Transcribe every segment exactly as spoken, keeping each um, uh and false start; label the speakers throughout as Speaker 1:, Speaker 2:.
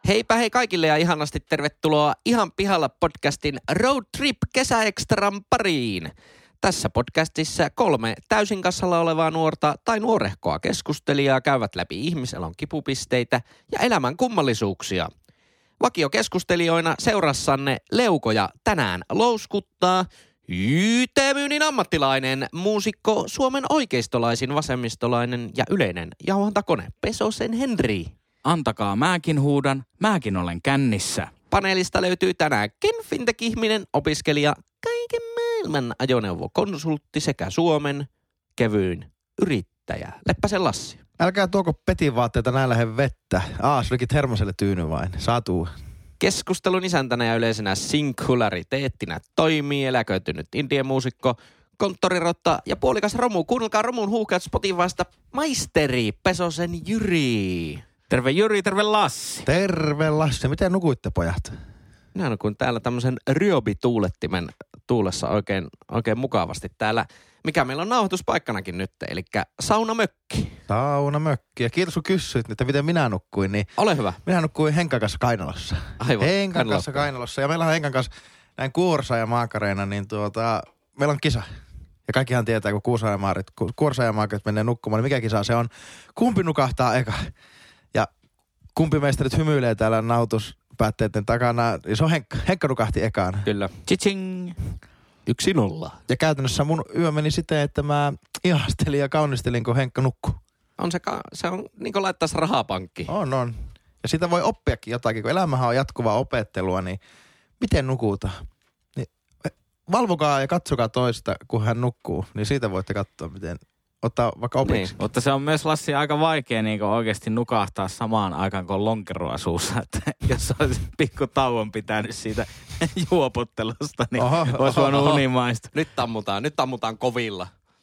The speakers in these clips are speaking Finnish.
Speaker 1: Heipä hei kaikille ja ihanasti tervetuloa Ihan pihalla podcastin Road Trip kesäekstran pariin. Tässä podcastissa kolme täysin kassalla olevaa nuorta tai nuorehkoa keskustelijaa käyvät läpi ihmiselon kipupisteitä ja elämän kummallisuuksia. Vakiokeskustelijoina seurassanne leukoja tänään louskuttaa Y T-myynnin ammattilainen, muusikko, Suomen oikeistolaisin, vasemmistolainen ja yleinen jauhantakone Pesosen Henri.
Speaker 2: Antakaa mäkin huudan, mäkin olen kännissä.
Speaker 1: Paneelista löytyy tänäänkin fintech-ihminen, opiskelija, kaiken maailman ajoneuvokonsultti sekä Suomen kevyin yrittäjä. Leppäsen Lassi.
Speaker 3: Älkää tuoko petin vaatteita, näin lähde vettä. Aa, se olikin termoselle tyyny vain. Saatuu.
Speaker 1: Keskustelun isäntänä ja yleisenä singulariteettinä toimii eläköitynyt indie-muusikko, konttorirotta ja puolikas romu. Kuunnelkaa romun huukeat Spotifysta maisteri Pesosen Jyri.
Speaker 2: Terve Jyri, terve Lassi.
Speaker 3: Terve Lassi. Miten nukuitte, pojat?
Speaker 1: Minä nukuin täällä tämmöisen ryobituulettimen tuulessa oikein, oikein mukavasti täällä. Mikä meillä on nauhoituspaikkanakin nyt, eli saunamökki.
Speaker 3: Saunamökki. Ja kiitos kun kysyit, että miten minä nukkuin. Niin
Speaker 1: Ole hyvä.
Speaker 3: minä nukkuin Henkan kanssa Kainalossa.
Speaker 1: Aivan.
Speaker 3: Henkan
Speaker 1: Kainalossa.
Speaker 3: kanssa Kainalossa. Ja meillä on Henkan kanssa näin Kuorsa ja Maakareina, niin tuota, meillä on kisa. Ja kaikkihan tietää, kun Kuorsa ja Maarit, Kuorsa ja Maakaret menee nukkumaan, niin mikä kisa se on? Kumpi nukahtaa eka? Ja kumpi meistä nyt hymyilee täällä nautuspäätteiden takana? Niin se on Henkka. Henkka nukahti ekaan.
Speaker 1: Kyllä.
Speaker 2: Chiching.
Speaker 1: Yksi nolla.
Speaker 3: Ja käytännössä mun yö meni siten, että mä ihastelin ja kaunistelin, kun Henkka nukkuu.
Speaker 1: On se, ka- se on niin kuin laittaisi rahapankki.
Speaker 3: On, on. Ja siitä voi oppiakin jotakin, kun elämähän on jatkuvaa opettelua, niin miten nukutaan? Niin valvokaa ja katsokaa toista, kun hän nukkuu, niin siitä voitte katsoa, miten ottaa vaikka opiksi.
Speaker 1: Niin.
Speaker 2: Mutta se on myös, Lassi, aika vaikea niin oikeasti nukahtaa samaan aikaan, kun on lonkeroa suussa. Että jos olisi pikku tauon pitänyt siitä juopottelusta, niin
Speaker 3: Oho,
Speaker 2: olisi
Speaker 3: oho,
Speaker 2: voinut
Speaker 3: oho.
Speaker 2: unimaista.
Speaker 1: Nyt tammutaan, nyt tammutaan kovilla.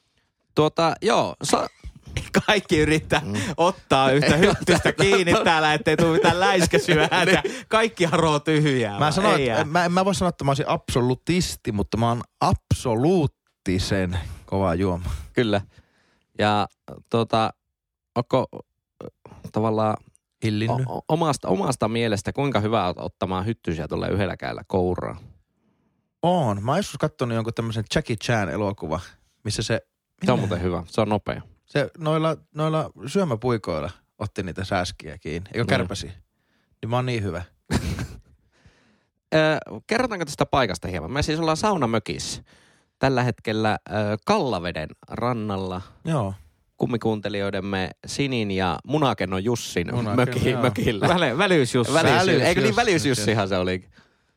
Speaker 1: Tuota, joo, sa-
Speaker 2: Kaikki yrittää mm. ottaa yhtä hyttystä kiinni täällä, ettei tule mitään läiskäsyöhäntä. Kaikki haroo tyhjää.
Speaker 3: Mä sanoin,
Speaker 2: Ei
Speaker 3: että
Speaker 2: jää.
Speaker 3: mä, en mä voi sanoa, että mä olisin absolutisti, mutta mä oon absoluuttisen kova juoma.
Speaker 1: kyllä. Ja tuota, onko äh, tavallaan
Speaker 3: Hillinnyt.
Speaker 1: o- omasta, omasta mielestä kuinka hyvä oot ottamaan hyttysiä tuolla yhdellä kädellä kouraa?
Speaker 3: On. Mä oon joskus kattonut jonkun tämmöisen Jackie Chan elokuva, missä se...
Speaker 1: Se on muuten hyvä, se on nopea.
Speaker 3: Se noilla, noilla syömäpuikoilla otti niitä sääskiä kiinni, eikö
Speaker 1: Mm.
Speaker 3: kärpäsi. Niin mä oon niin hyvä.
Speaker 1: Ö, kerrotaanko tästä paikasta hieman? Me siis ollaan saunamökissä. Tällä hetkellä ö, Kallaveden rannalla
Speaker 3: Joo.
Speaker 1: kummikuuntelijoidemme Sinin ja Munakennon Jussin
Speaker 3: Munakenno,
Speaker 1: möki,
Speaker 3: joo.
Speaker 1: mökillä.
Speaker 2: Väle, välyys Jussi.
Speaker 1: Väliys,
Speaker 3: Väliys
Speaker 1: eikö niin
Speaker 3: Jussi,
Speaker 1: Väliys Jussihan se oli?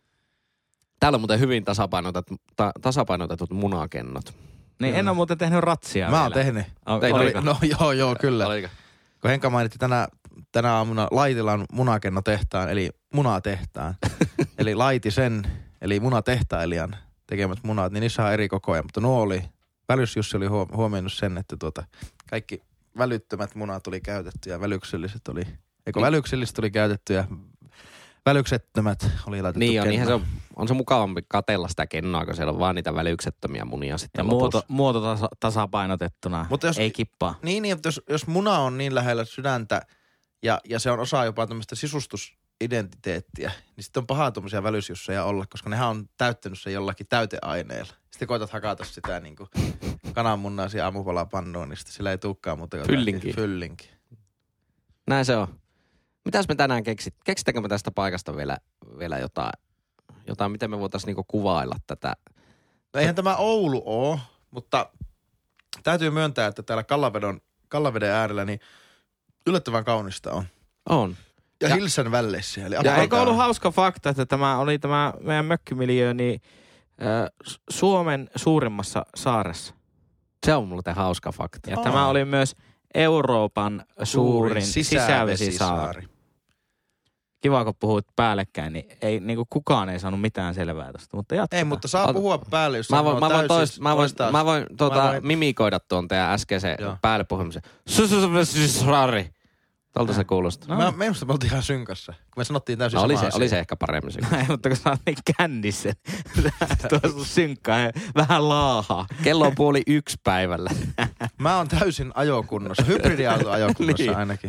Speaker 1: Täällä on muuten hyvin tasapainotetut, ta, tasapainotetut munakennot.
Speaker 2: Niin en ole muuten tehnyt ratsia
Speaker 3: Mä oon
Speaker 2: vielä.
Speaker 3: tehnyt.
Speaker 2: O-
Speaker 1: Teit
Speaker 2: oliko?
Speaker 3: No joo, joo, kyllä.
Speaker 1: Oliko?
Speaker 3: Kun Henka mainitti tänä, tänä aamuna Laitilan munakennotehtaan, eli munatehtaan. eli Laitisen, eli munatehtailijan tekemät munat, niin niissä on eri kokoja. Mutta nuo oli, Välys Jussi oli huom- huomioinut sen, että tuota, kaikki välyttömät munat oli käytetty ja välykselliset oli, eikö
Speaker 1: Niin.
Speaker 3: välykselliset oli käytetty ja välyksettömät oli laitettu
Speaker 1: Niin on, niinhän se
Speaker 3: kennoon.
Speaker 1: on, on se mukavampi katella sitä kennoa, kun siellä on vaan niitä välyksettömiä munia sitten
Speaker 2: Ja
Speaker 1: lopussa.
Speaker 2: muoto, muoto tasa, tasapainotettuna,
Speaker 3: Mutta jos-
Speaker 2: ei kippaa.
Speaker 3: Niin, niin, mutta jos, jos muna on niin lähellä sydäntä ja, ja se on osa jopa tämmöistä sisustusidentiteettiä, niin sitten on pahaa tuommoisia välysjusseja olla, koska nehän on täyttänyt sen jollakin täyteaineella. Sitten koetat hakata sitä niin kuin kananmunnaa siihen aamupalapannuun, niin sitten sillä ei tulekaan muuta kuin
Speaker 1: Fyllinki.
Speaker 3: Fyllinki.
Speaker 1: Näin se on. Mitäs me tänään keksit? Keksitäänkö me tästä paikasta vielä, vielä jotain, jotain, miten me voitaisiin niinku kuvailla tätä?
Speaker 3: No eihän tämä Oulu ole, mutta täytyy myöntää, että täällä Kallaveden, Kallaveden äärellä niin yllättävän kaunista on.
Speaker 1: On.
Speaker 3: Ja,
Speaker 1: Ja-
Speaker 3: ja Hilsan välleissä. Eli
Speaker 2: Ja
Speaker 3: Apulta-
Speaker 2: eikö ollut hauska fakta, että tämä oli tämä meidän mökkimiljö niin, äh, Suomen suurimmassa saaressa.
Speaker 1: Se on muuten hauska fakta.
Speaker 2: Ja
Speaker 3: Aa.
Speaker 2: tämä oli myös Euroopan suurin sisävesisaari. Kiva, kun puhuit päällekkäin, niin ei, niin kuin kukaan ei saanut mitään selvää tästä, mutta jatketaan.
Speaker 3: Ei, mutta saa
Speaker 1: Ota-
Speaker 3: puhua päälle, jos
Speaker 1: Mä voin,
Speaker 3: sanoo
Speaker 1: mä voin,
Speaker 3: täysin-
Speaker 1: toist, mä voin,
Speaker 3: toistaa.
Speaker 1: mä voin tuota,
Speaker 3: Mä voin-
Speaker 1: mimikoida tuon teidän äskeisen
Speaker 3: Joo.
Speaker 1: päälle puhumisen. Sussussussusrari. Tolta se kuulostaa.
Speaker 3: No. Mä, me me oltiin ihan synkassa, kun me sanottiin täysin
Speaker 1: No, oli,
Speaker 3: sama
Speaker 1: se,
Speaker 3: asia.
Speaker 1: oli se ehkä paremmin se.
Speaker 2: Ei, mutta kun sä oot niin kännissä, tuossa synkkaa ja vähän laahaa.
Speaker 1: Kello on puoli yksi päivällä.
Speaker 3: Mä oon täysin ajokunnossa, hybridiauto ajokunnossa
Speaker 1: Niin.
Speaker 3: ainakin.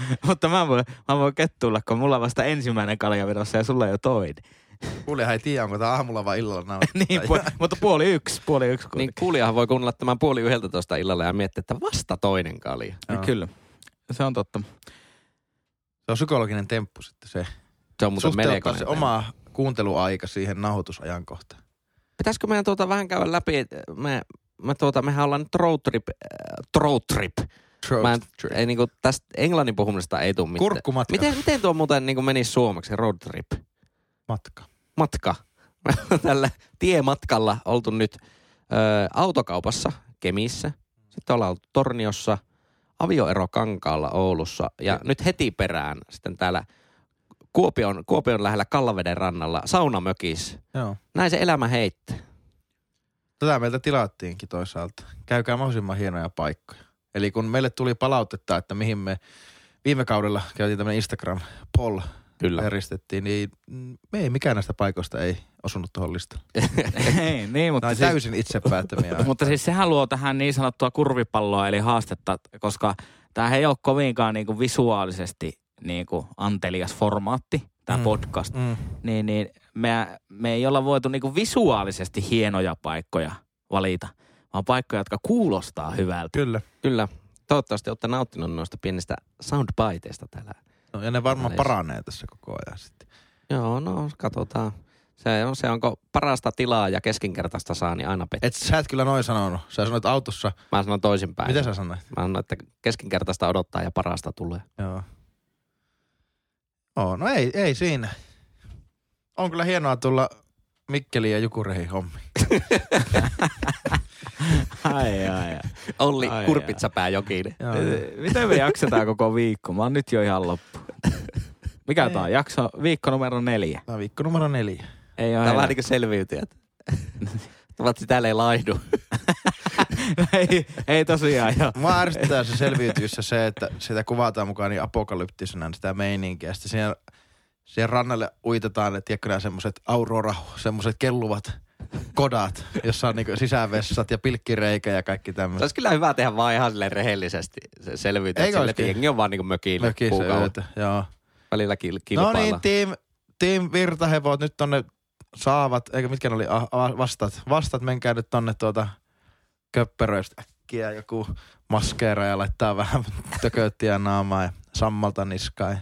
Speaker 2: Mutta mä voin, mä voin kettuilla, kun mulla on vasta ensimmäinen kaljavedossa ja sulla on jo toinen.
Speaker 3: Kuulijahan ei tiedä, onko tämä aamulla vai illalla nauhoittaa.
Speaker 2: niin, pu- mutta puoli yksi, puoli yksi kuitenkin.
Speaker 1: Niin kuulijahan voi kuunnella tämän puoli yhdeltätoista illalla ja miettiä, että vasta toinen kalja.
Speaker 2: Joo. Kyllä, se on totta.
Speaker 3: Se on psykologinen temppu sitten se.
Speaker 1: Se on muuten melkoinen.
Speaker 3: Se oma kuunteluaika siihen nauhoitusajankohtaan.
Speaker 1: Pitäisikö meidän tuota vähän käydä läpi, me, me tuota, mehän ollaan nyt road trip, äh, road trip. Mä en, ei niinku tästä englannin puhumisesta ei tule mitään.
Speaker 3: Kurkkumatka.
Speaker 1: Miten, miten tuo muuten niinku menisi suomeksi, road trip?
Speaker 3: Matka.
Speaker 1: Matka. Tällä tiematkalla oltu nyt ö, autokaupassa Kemissä. Sitten ollaan oltu Torniossa, avioerokankaalla Oulussa ja nyt heti perään sitten täällä Kuopion, Kuopion lähellä Kallaveden rannalla saunamökissä.
Speaker 3: Joo.
Speaker 1: Näin se elämä heittää.
Speaker 3: Tätä meiltä tilattiinkin toisaalta. Käykää mahdollisimman hienoja paikkoja. Eli kun meille tuli palautetta, että mihin me viime kaudella käytiin tämmöinen Instagram-poll
Speaker 1: Kyllä.
Speaker 3: järjestettiin, niin me ei mikään näistä paikoista ei osunut tuohon listalle.
Speaker 2: ei, niin, mutta
Speaker 3: siis, täysin itsepäättämiä.
Speaker 2: Mutta siis sehän luo tähän niin sanottua kurvipalloa, eli haastetta, koska tämä ei ole kovinkaan niin kuin visuaalisesti niin kuin antelias formaatti, tämä mm. podcast. Mm. Niin, niin me, me ei olla voitu niin kuin visuaalisesti hienoja paikkoja valita, vaan paikkoja, jotka kuulostaa hyvältä.
Speaker 3: Kyllä.
Speaker 1: Kyllä. Toivottavasti olette nauttinut noista pienistä soundbiteista täällä.
Speaker 3: No, ja ne varmaan paranee tässä koko ajan sitten.
Speaker 1: Joo, no katsotaan. Se on se, onko parasta tilaa ja keskinkertaista saa, niin aina petää.
Speaker 3: Et sä et kyllä noin sanonut. Sä sanoit autossa.
Speaker 1: Mä sanon toisinpäin.
Speaker 3: Mitä sä sanoit?
Speaker 1: Mä sanon, että keskinkertaista odottaa ja parasta tulee.
Speaker 3: Joo. Oh, no ei, ei siinä. On kyllä hienoa tulla Mikkeliin ja Jukureihin hommiin.
Speaker 2: ai, ai, ai.
Speaker 1: Olli Kurpitsapää Jokinen.
Speaker 2: Miten me jaksetaan koko viikko? Mä oon nyt jo ihan loppu. Mikä tää on? Jakso viikko numero neljä.
Speaker 3: Tää on viikko numero neljä.
Speaker 2: Ei
Speaker 1: tää on vähän niin kuin selviytyjät. Tavatsi täällä ei laihdu.
Speaker 2: ei, ei tosiaan joo.
Speaker 3: Mua ärsyttää se selviytyissä se, että sitä kuvataan mukaan niin apokalyptisena sitä meininkiä. Sitten siihen, siihen rannalle uitetaan, että tiedätkö nämä semmoiset Aurora, semmoiset kelluvat kodat, jossa on niinku sisävessat ja pilkkireikä ja kaikki tämmöistä. Se
Speaker 1: olisi kyllä hyvä tehdä vaan ihan silleen rehellisesti se selviytyä. Eikö sille, että jengi on vaan niinku mökillä.
Speaker 3: Mökissä yötä, joo.
Speaker 1: Välillä kil- kilpailla.
Speaker 3: No niin, team, team Virtahevot nyt tonne saavat, eikö mitkä ne oli ah, vastat. Vastat, menkää nyt tonne tuota köppäröistä äkkiä joku maskeera ja laittaa vähän tököttiä naamaa ja sammalta niskaa.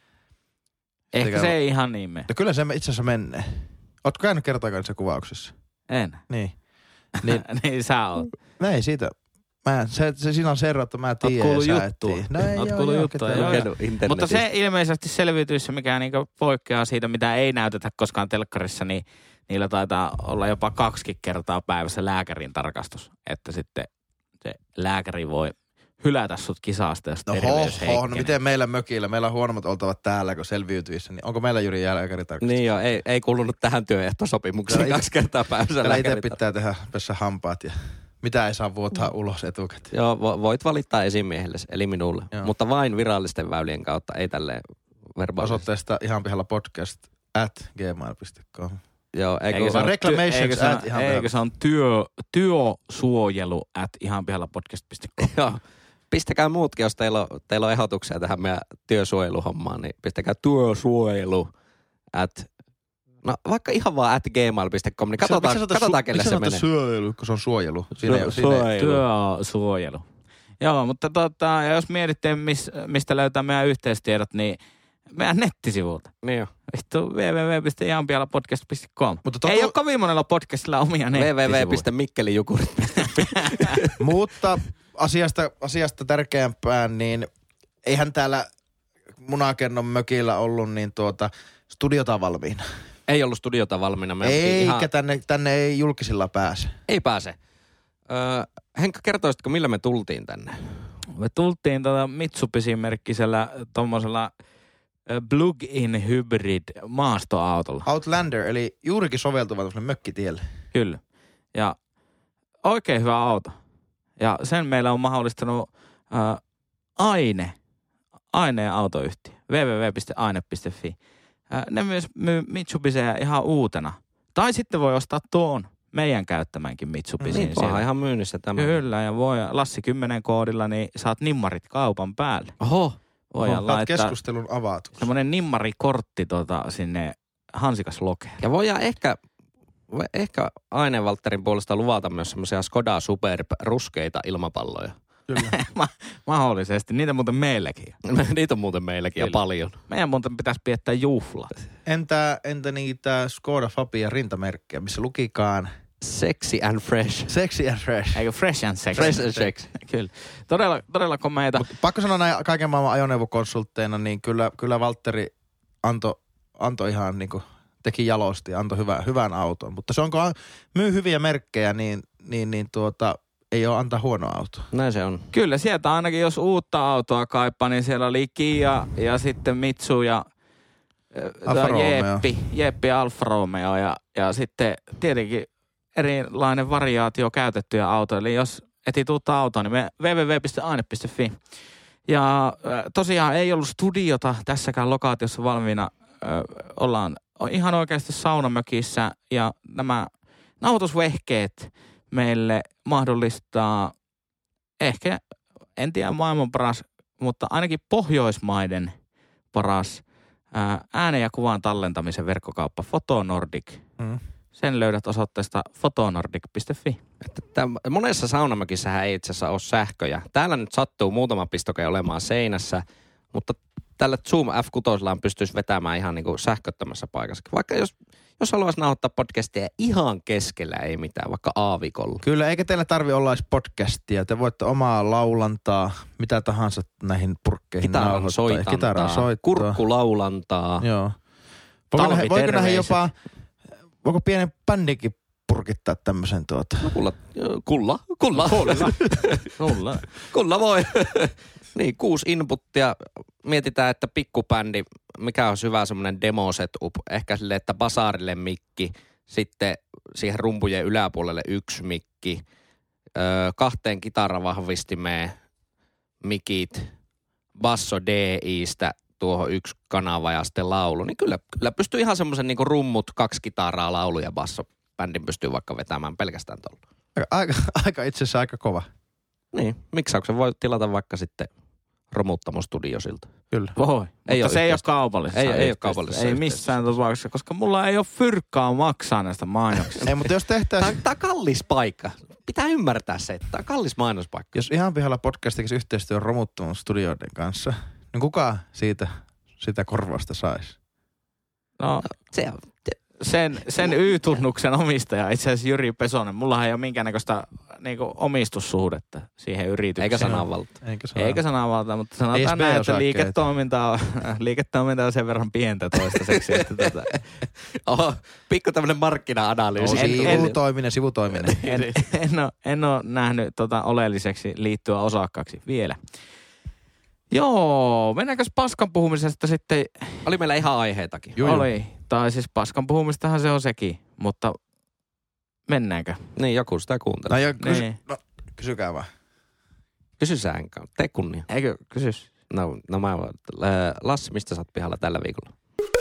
Speaker 2: Ehkä Tekä... se ei ihan niin mene.
Speaker 3: No kyllä se itse asiassa menee. Ootko käynyt kertaakaan niissä kuvauksissa?
Speaker 2: En.
Speaker 3: Niin. Niin,
Speaker 2: niin sä oot.
Speaker 3: No ei siitä. Mä, se, se, siinä on se ero, että mä tiedän.
Speaker 2: Oot kuullut juttua.
Speaker 3: No ei,
Speaker 2: Oot
Speaker 3: joo,
Speaker 2: kuullut
Speaker 3: joo,
Speaker 2: juttua.
Speaker 3: joo,
Speaker 2: joo. Mutta se ilmeisesti selviytyissä, mikä niinku poikkeaa siitä, mitä ei näytetä koskaan telkkarissa, niin niillä taitaa olla jopa kaksikin kertaa päivässä lääkärin tarkastus. Että sitten se lääkäri voi hylätä sut kisasta, jos
Speaker 3: no
Speaker 2: terveys heikkenee.
Speaker 3: No miten meillä mökillä? Meillä on huonommat oltavat täällä, kun selviytyissä. Niin onko meillä juuri lääkäritarkastus?
Speaker 1: Niin joo, ei, ei kuulunut tähän työehtosopimukseen kaksi ite, kertaa päivässä lääkäritarkastus.
Speaker 3: Itse pitää tehdä pessä hampaat ja mitä ei saa vuotaa no. ulos etukäteen.
Speaker 1: Joo, voit valittaa esimiehelle, eli minulle. Joo. Mutta vain virallisten väylien kautta, ei tälleen verbaalisesti.
Speaker 3: Osoitteesta ihan pihalla podcast at gmail piste com.
Speaker 1: Joo, eikö,
Speaker 3: eikö se on reclamations
Speaker 2: eikö
Speaker 3: at ihan
Speaker 2: Eikö se on työ, työsuojelu at ihan pihalla podcast piste com.
Speaker 1: Joo. Pistäkää muutkin, jos teillä on, teillä on ehdotuksia tähän meidän työsuojeluhommaan, niin pistäkää työsuojelu at, no vaikka ihan vaan at gmail piste com, niin katsotaan, se, katsotaan su- kelle se menee.
Speaker 3: Suojelu, kun se on suojelu. Siinä
Speaker 2: Su- suojelu. Työsuojelu. Joo, mutta tota, jos mietitte, mis, mistä löytää meidän yhteistiedot, niin meidän nettisivulta.
Speaker 1: Niin jo.
Speaker 2: Vittu double-u double-u double-u piste ihanpihalapodcast piste com. Mutta ei ole kovin monella podcastilla omia nettisivuja.
Speaker 1: double-u double-u double-u piste mikkelijukurit piste fi
Speaker 3: Mutta asiasta, asiasta tärkeämpään, niin eihän täällä Munakennon mökillä ollut niin tuota studiota valmiina.
Speaker 1: Ei ollut studiota valmiina. Me
Speaker 3: Eikä
Speaker 1: ihan...
Speaker 3: tänne, tänne ei julkisilla pääse.
Speaker 1: Ei pääse. Öö, Henkka, kertoisitko, millä me tultiin tänne?
Speaker 2: Me tultiin tota Mitsubishi-merkkisellä tommosella plug-in hybrid maastoautolla.
Speaker 3: Outlander, eli juurikin soveltuva tämmöiselle mökkitielle.
Speaker 2: Kyllä. Ja oikein hyvä auto. Ja sen meillä on mahdollistanut äh, Aine, Aineen autoyhtiö, double-u double-u double-u piste aine piste fi. Äh, ne myös myy Mitsubishiä ihan uutena. Tai sitten voi ostaa tuon meidän käyttämänkin Mitsubishin.
Speaker 1: Niin, paha ihan myynnissä tämä.
Speaker 2: Kyllä, ja voi Lassi kymmenen koodilla, niin saat nimmarit kaupan päälle.
Speaker 1: Oho.
Speaker 2: Voidaan laittaa
Speaker 3: keskustelun avatuksi.
Speaker 2: semmoinen nimmarikortti tota, sinne Hansikas Lokeen.
Speaker 1: Ja voidaan ehkä, ehkä Aine Valtterin puolesta luvata myös semmoisia Skoda Superb ruskeita ilmapalloja.
Speaker 3: Kyllä.
Speaker 2: Mahdollisesti. Niitä muuten meilläkin.
Speaker 1: Niitä on muuten meilläkin ja paljon.
Speaker 2: Meidän muuten pitäisi piettää juhla.
Speaker 3: Entä, entä niitä Skoda Fabia rintamerkkejä, missä lukikaan
Speaker 1: Sexy and fresh.
Speaker 3: Sexy and fresh.
Speaker 2: Eikö fresh and sexy?
Speaker 1: Fresh and sexy.
Speaker 2: Kyllä. Todella, todella komeita.
Speaker 3: Mut pakko sanoa näin kaiken maailman ajoneuvokonsultteina, niin kyllä, kyllä Valtteri antoi anto ihan niinku, teki jalosti ja antoi hyvä, hyvän auton. Mutta se onko myy hyviä merkkejä, niin, niin, niin tuota, ei ole antaa huonoa autoa.
Speaker 1: Näin se on.
Speaker 2: Kyllä, sieltä ainakin jos uutta autoa kaipaa, niin siellä oli Kia ja sitten Mitsu ja
Speaker 3: Alfa
Speaker 2: Jeppi, Jeppi ja Alfa Romeo ja, ja sitten tietenkin erilainen variaatio käytettyjä autoja. Eli jos etit uutta autoa, niin me double-u double-u double-u piste aine piste fi. Ja tosiaan ei ollut studiota tässäkään lokaatiossa valmiina. Ö, ollaan ihan oikeasti saunamökissä ja nämä nauhoitusvehkeet meille mahdollistaa ehkä, en tiedä maailman paras, mutta ainakin Pohjoismaiden paras ää, äänen ja kuvan tallentamisen verkkokauppa Fotonordic. Mm. Sen löydät osoitteesta fotonordic piste fi.
Speaker 1: Että monessa saunamökissähän ei itse asiassa ole sähköjä. Täällä nyt sattuu muutama pistoke olemaan seinässä, mutta tällä Zoom F kuusi pystyisi vetämään ihan niin kuin sähköttömässä paikassa. Vaikka jos, jos haluaisi nauhoittaa podcastia ihan keskellä, ei mitään, vaikka aavikolla.
Speaker 3: Kyllä, eikä teillä tarvi olla edes podcastia. Te voitte omaa laulantaa, mitä tahansa näihin purkkeihin
Speaker 1: Kitaran
Speaker 3: nauhoittaa.
Speaker 1: soitantaa,
Speaker 3: Kitaran soittaa.
Speaker 1: Kurkkulaulantaa.
Speaker 3: Joo. Voiko, nähdä, voiko nähdä jopa, voiko pienen bändikin purkittaa tämmöisen tuota?
Speaker 1: No kulla, kulla, kulla. Kulla, kulla. Kulla voi. Niin, kuusi inputtia. Mietitään, että pikkubändi, mikä on hyvä semmoinen demo setup. Ehkä silleen, että basaarille mikki, sitten siihen rumpujen yläpuolelle yksi mikki, öö, kahteen kitaravahvistimeen mikit, basso D I:stä tuohon yksi kanava ja sitten laulu. Niin kyllä, kyllä pystyy ihan semmoisen niinku rummut, kaksi kitaraa, laulu ja basso. Bändin pystyy vaikka vetämään pelkästään tuolla.
Speaker 3: Aika, aika itse asiassa aika kova.
Speaker 1: Niin, miksauksen voi tilata vaikka sitten Romuttamo-studiosilta.
Speaker 3: Kyllä.
Speaker 2: Voi, ei mutta se ei ole kaupallisessa.
Speaker 1: Ei, ei ole kaupallisessa.
Speaker 2: Ei missään tapauksessa, koska mulla ei ole fyrkkaa maksaa näistä mainoksista.
Speaker 3: Ei, mutta jos tehtäisiin...
Speaker 1: Tämä, tämä on kallis paikka. Pitää ymmärtää se, että tämä on kallis mainospaikka.
Speaker 3: Jos ihan pihalla podcast tekisi yhteistyön Romuttamon-studioiden kanssa, niin kuka siitä sitä korvausta saisi?
Speaker 2: No,
Speaker 1: se on...
Speaker 2: Sen, sen Y-tunnuksen omistaja, itse asiassa Jyri Pesonen, mullahan ei ole minkäännäköistä niinku omistussuhdetta siihen yritykseen.
Speaker 1: Eikä sananvalta.
Speaker 3: Eikä sananvalta.
Speaker 2: Eikä sananvalta, mutta sanotaan näin, että liiketoiminta on, liiketoiminta on sen verran pientä toistaiseksi. Että tota.
Speaker 1: Oho, pikku tämmöinen markkina-analyysi.
Speaker 3: No, sivutoiminen, sivutoiminen.
Speaker 2: En, en, ole, en ole nähnyt tota oleelliseksi liittyä osakkaaksi vielä. Joo, mennäänkö paskan puhumisesta sitten?
Speaker 1: Oli meillä ihan aiheitakin.
Speaker 2: Juu, oli. Tai siis paskan puhumistahan se on sekin, mutta mennäänkö?
Speaker 1: Niin, joku sitä kuuntelee.
Speaker 3: No, jo, kysy,
Speaker 2: niin.
Speaker 3: no kysykää vaan.
Speaker 1: Kysy sä enkä. Tee kunnia.
Speaker 2: Eikö, kysys.
Speaker 1: No, no mä voin. Lassi, mistä sä oot pihalla tällä viikolla?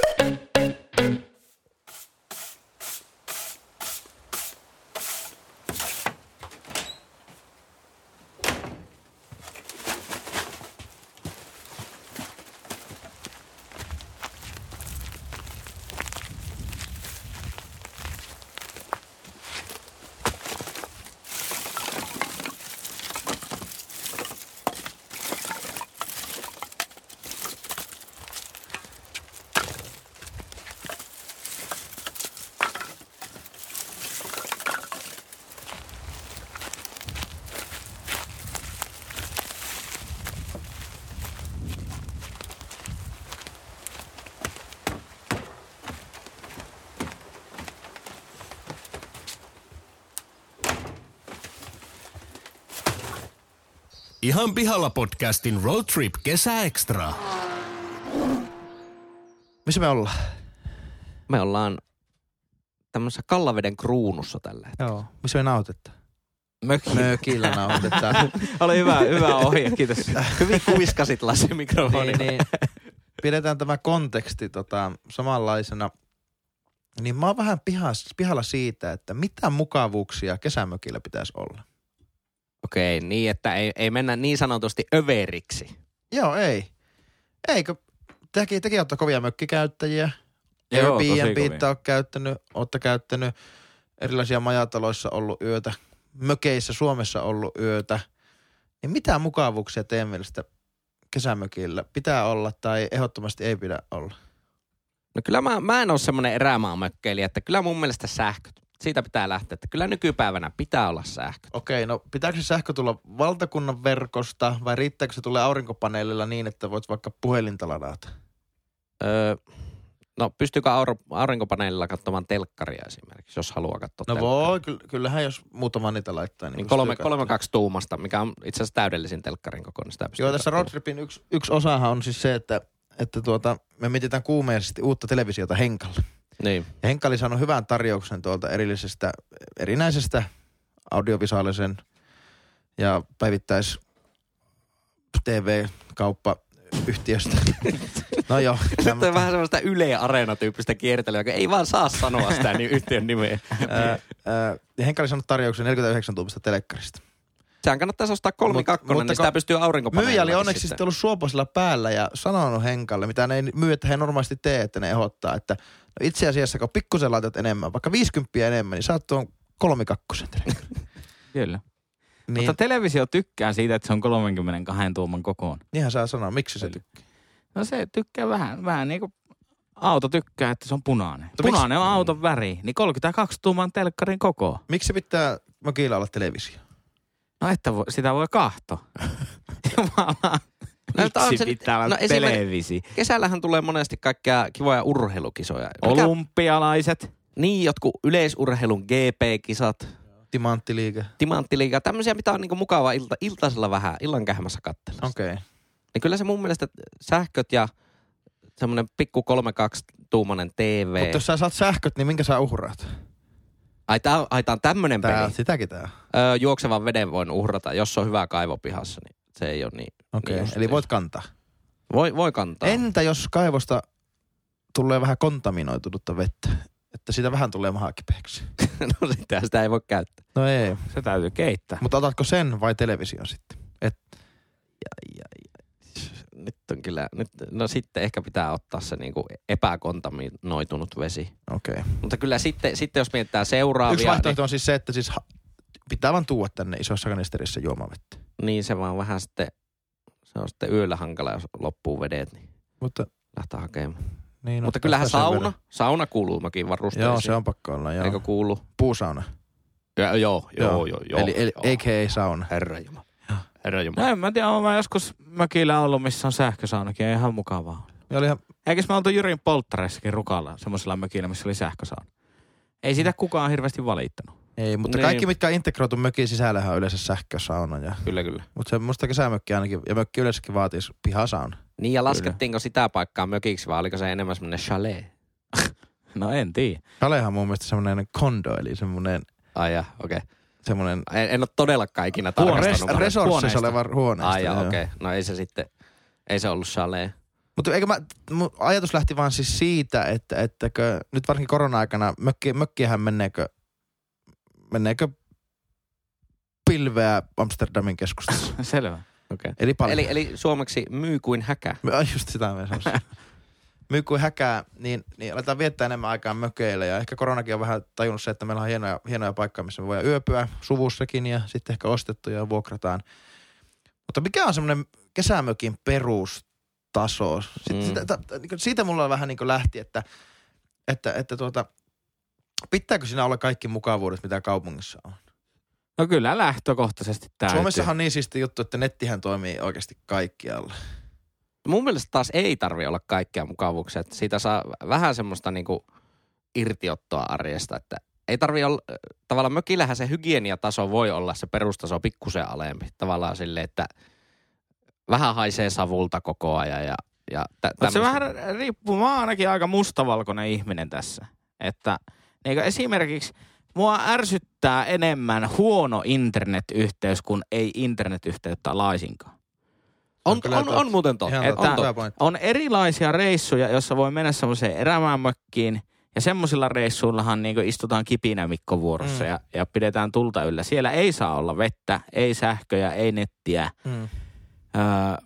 Speaker 4: Ihan pihalla podcastin Road Trip kesäekstra.
Speaker 3: Missä me ollaan?
Speaker 1: Me ollaan tämmöisessä Kallaveden kruunussa tällä hetkellä.
Speaker 3: Joo. Missä me nautetaan?
Speaker 1: Mökillä.
Speaker 3: Mökillä nautetaan.
Speaker 2: Oli hyvä, hyvä ohje, kiitos.
Speaker 1: Hyvin kuiskasit Lassi mikrofonia.
Speaker 3: niin, niin. Pidetään tämä konteksti tota, samanlaisena. Niin mä oon vähän pihas, pihalla siitä, että mitä mukavuuksia kesämökillä pitäisi olla.
Speaker 1: Okei, niin että ei, ei mennä niin sanotusti överiksi.
Speaker 3: Joo, ei. Eikö? Tekin, tekin olette kovia mökkikäyttäjiä.
Speaker 2: Joo, tosi
Speaker 3: Airbnb on käyttänyt, olette käyttänyt erilaisia majataloissa ollut yötä, mökeissä Suomessa ollut yötä. Niin mitä mukavuuksia teidän mielestä kesämökillä pitää olla tai ehdottomasti ei pidä olla?
Speaker 1: No kyllä mä, mä en ole semmoinen erämaamökkeilijä, että kyllä mun mielestä sähköt. Siitä pitää lähteä, että kyllä nykypäivänä pitää olla sähköt.
Speaker 3: Okei, no pitääkö se sähkö tulla valtakunnan verkosta vai riittääkö se tulee aurinkopaneelilla niin, että voit vaikka puhelinta ladata?
Speaker 1: Öö, no pystyykö auro, aurinkopaneelilla katsomaan telkkaria esimerkiksi, jos haluaa katsoa
Speaker 3: No
Speaker 1: telkkaria?
Speaker 3: voi, kyllähän jos muutama niitä laittaa. Niin,
Speaker 1: Niin kolme, kolme kaksi tuumasta, mikä on itse asiassa täydellisin telkkarin kokoinen. Sitä pystyy
Speaker 3: Joo, tässä
Speaker 1: katsomaan.
Speaker 3: roadtripin yksi, yksi osahan on siis se, että, että tuota, me mietitään kuumeisesti uutta televisiota Henkalle.
Speaker 1: Niin.
Speaker 3: Ja Henkka oli saanut hyvän tarjouksen tuolta erillisestä, erinäisestä audiovisuaalisen ja päivittäis T V-kauppayhtiöstä. No joo.
Speaker 1: Nyt on vähän semmoista Yle Areena-tyyppistä kiertelyä, joka ei vaan saa sanoa sitä niin yhtiön nimeä.
Speaker 3: Ää, ää, Henkka oli saanut tarjouksen neljäkymmentäyhdeksän tuumasta telekkarista.
Speaker 1: Sehän kannattaisi ostaa kolmikakkonen, niin sitä pystyy aurinkopaneelilla.
Speaker 3: Myyjä oli onneksi sitten ollut suoposilla päällä ja sanonut Henkalle, mitä ne ei myy, että he normaalisti tee, että ne ehdottaa, että no itse asiassa kun pikkusen laitat enemmän, vaikka viisikymppiä enemmän, niin saat tuon kolmikakkosen telekkarin.
Speaker 2: Kyllä.
Speaker 3: Niin,
Speaker 2: Mutta televisio tykkää siitä, että se on kolmekymmentäkaksi tuuman kokoon.
Speaker 3: niinhän saa sanoa, miksi se tykkää.
Speaker 2: No se tykkää vähän, vähän niin kuin auto tykkää, että se on punainen.
Speaker 3: Mutta
Speaker 2: Punainen
Speaker 3: miksi-
Speaker 2: on auton väri, niin kolmekymmentäkaksi tuuman telkkarin koko.
Speaker 3: Miksi pitää mökillä olla televisio?
Speaker 2: No että voi, sitä voi kahtoa. Jumala.
Speaker 1: No, että on
Speaker 2: Miksi
Speaker 1: se nyt-
Speaker 2: pitää olla
Speaker 1: no esimerkiksi-
Speaker 2: televisi?
Speaker 1: Kesällähän tulee monesti kaikkea kivoja urheilukisoja. Mikä-
Speaker 2: Olympialaiset.
Speaker 1: Niin, jotkut yleisurheilun G P-kisat,
Speaker 3: Timanttiliike.
Speaker 1: timanttiliiga, tämmöisiä, mitä on niinku mukava ilta, iltaisella vähän, illan kähmässä katsella.
Speaker 3: Okei. Okay.
Speaker 1: Niin kyllä se mun mielestä sähköt ja semmoinen pikku kolmekymmentäkaksi tuumainen T V.
Speaker 3: Mutta jos sä saat sähköt, niin minkä sä uhraat?
Speaker 1: Ai tää, ai, tää on tämmönen
Speaker 3: Tää,
Speaker 1: peli.
Speaker 3: sitäkin tää.
Speaker 1: Öö, juoksevan veden voin uhrata, jos on hyvä kaivo pihassa, niin se ei ole niin.
Speaker 3: Okei,
Speaker 1: niin
Speaker 3: okay. Eli voit kantaa.
Speaker 1: Voi, voi kantaa.
Speaker 3: Entä jos kaivosta tulee vähän kontaminoitunutta vettä? Että siitä vähän tulee maha kipeäksi.
Speaker 1: No sitä, sitä ei voi käyttää.
Speaker 3: No ei.
Speaker 2: Se täytyy keittää.
Speaker 3: Mutta otatko sen vai television sitten? Et,
Speaker 1: Ja, ja, ja. Nyt on kyllä, nyt, no sitten ehkä pitää ottaa se niinku epäkontaminoitunut vesi.
Speaker 3: okei. Okay.
Speaker 1: Mutta kyllä sitten, sitten jos mietitään seuraavia,
Speaker 3: Yksi vaihtoehto on siis se, että siis ha- pitää vaan tuoda tänne isossa kanisterissä juomavettä.
Speaker 1: niin, niin se vaan vähän sitten, se on sitten yöllä hankala, jos loppuu vedet, niin
Speaker 3: Mutta,
Speaker 1: lähtee hakemaan.
Speaker 3: niin,
Speaker 1: Mutta
Speaker 3: ottaa
Speaker 1: kyllähän
Speaker 3: sitä sen
Speaker 1: sauna,
Speaker 3: verran.
Speaker 1: sauna kuuluu mäkin varusteisiin.
Speaker 3: Joo, se on pakko olla, joo.
Speaker 1: Eikö kuulu?
Speaker 3: Puusauna.
Speaker 1: Ja, joo, joo, joo, joo.
Speaker 3: Eli, eli
Speaker 1: joo.
Speaker 3: A K A sauna.
Speaker 1: Herra Jumala. Herra Jumala.
Speaker 2: No en mä tiedä, olen mä joskus mökillä ollut, missä on sähkösaunakin ja ihan mukavaa.
Speaker 3: Ja oli ihan,
Speaker 2: Eikös me oltu Jyrin polttareissakin Rukalla semmoisella mökillä, missä oli sähkösauna? Ei sitä kukaan hirveästi valittanut.
Speaker 3: ei, mutta
Speaker 1: Niin.
Speaker 3: kaikki mitkä on integroitu mökin sisällähän on yleensä sähkösauna. Ja,
Speaker 1: Kyllä, kyllä.
Speaker 3: mutta se musta kesämökki ainakin, ja mökki yleensäkin vaatisi pihasauna.
Speaker 1: Niin ja laskettiinko sitä paikkaa mökiksi vai oliko se enemmän semmoinen chalet?
Speaker 2: No en tiedä.
Speaker 3: Kalehan on mun mielestä semmoinen kondo, eli semmoinen,
Speaker 1: Ai ja, okei. Okay.
Speaker 3: semmoinen
Speaker 1: En, en ole todellakaan ikinä
Speaker 3: res,
Speaker 1: tarkastanut. mutta-
Speaker 3: resorssissa oleva huoneesta.
Speaker 1: Ai ja,
Speaker 3: joo.
Speaker 1: okei. Okay. No ei se sitten, ei se ollut chalet.
Speaker 3: Mutta eikö mä, mun ajatus lähti vaan siis siitä, että ettäkö nyt varsinkin korona-aikana mökki, mökkiähän menneekö, menneekö pilveä Amsterdamin keskustassa.
Speaker 2: Selvä.
Speaker 1: Okay.
Speaker 3: Eli paljon.
Speaker 1: Eli, eli suomeksi myy kuin häkä.
Speaker 3: Ai just sitä mä sanoisin. Myy kuin häkää, niin, niin aletaan viettää enemmän aikaa mökeillä. Ja ehkä koronakin on vähän tajunnut se, että meillä on hienoja, hienoja paikkoja, missä me voidaan yöpyä suvussakin ja sitten ehkä ostettu ja vuokrataan. Mutta mikä on semmoinen kesämökin perustaso? Sitten,
Speaker 1: Mm.
Speaker 3: sitä, ta, niin kuin siitä mulla vähän niin kuin lähti, että, että, että tuota, pitääkö siinä olla kaikki mukavuudet, mitä kaupungissa on?
Speaker 2: No kyllä lähtökohtaisesti täytyy.
Speaker 3: Suomessahan on niin siisti juttu, että nettihän toimii oikeasti kaikkialla.
Speaker 1: Mun mielestä taas ei tarvi olla kaikkea mukavuuksia. Että siitä saa vähän semmoista niinku irtiottoa arjesta, että ei tarvi olla, tavallaan mökillähän se hygieniataso voi olla se perustaso pikkusen alempi. Tavallaan silleen, että vähän haisee savulta koko ajan ja, ja tä,
Speaker 2: Mutta se
Speaker 1: tämmöistä.
Speaker 2: vähän riippuu, mä oon ainakin aika mustavalkoinen ihminen tässä. Että niin esimerkiksi mua ärsyttää enemmän huono internetyhteys kuin ei internetyhteyttä laisinkaan.
Speaker 1: On,
Speaker 3: Kyllä
Speaker 1: on,
Speaker 3: totta.
Speaker 1: on muuten totta.
Speaker 3: Ihan
Speaker 2: Että-
Speaker 3: totta, hyvä pointti.
Speaker 2: On erilaisia reissuja, jossa voi mennä semmoiseen erämaanmökkiin ja semmoisilla reissuillahan niin istutaan kipinä Mikko vuorossa
Speaker 3: Mm.
Speaker 2: ja, ja pidetään tulta yllä. Siellä ei saa olla vettä, ei sähköjä, ei nettiä.
Speaker 3: Mm.
Speaker 2: Öö,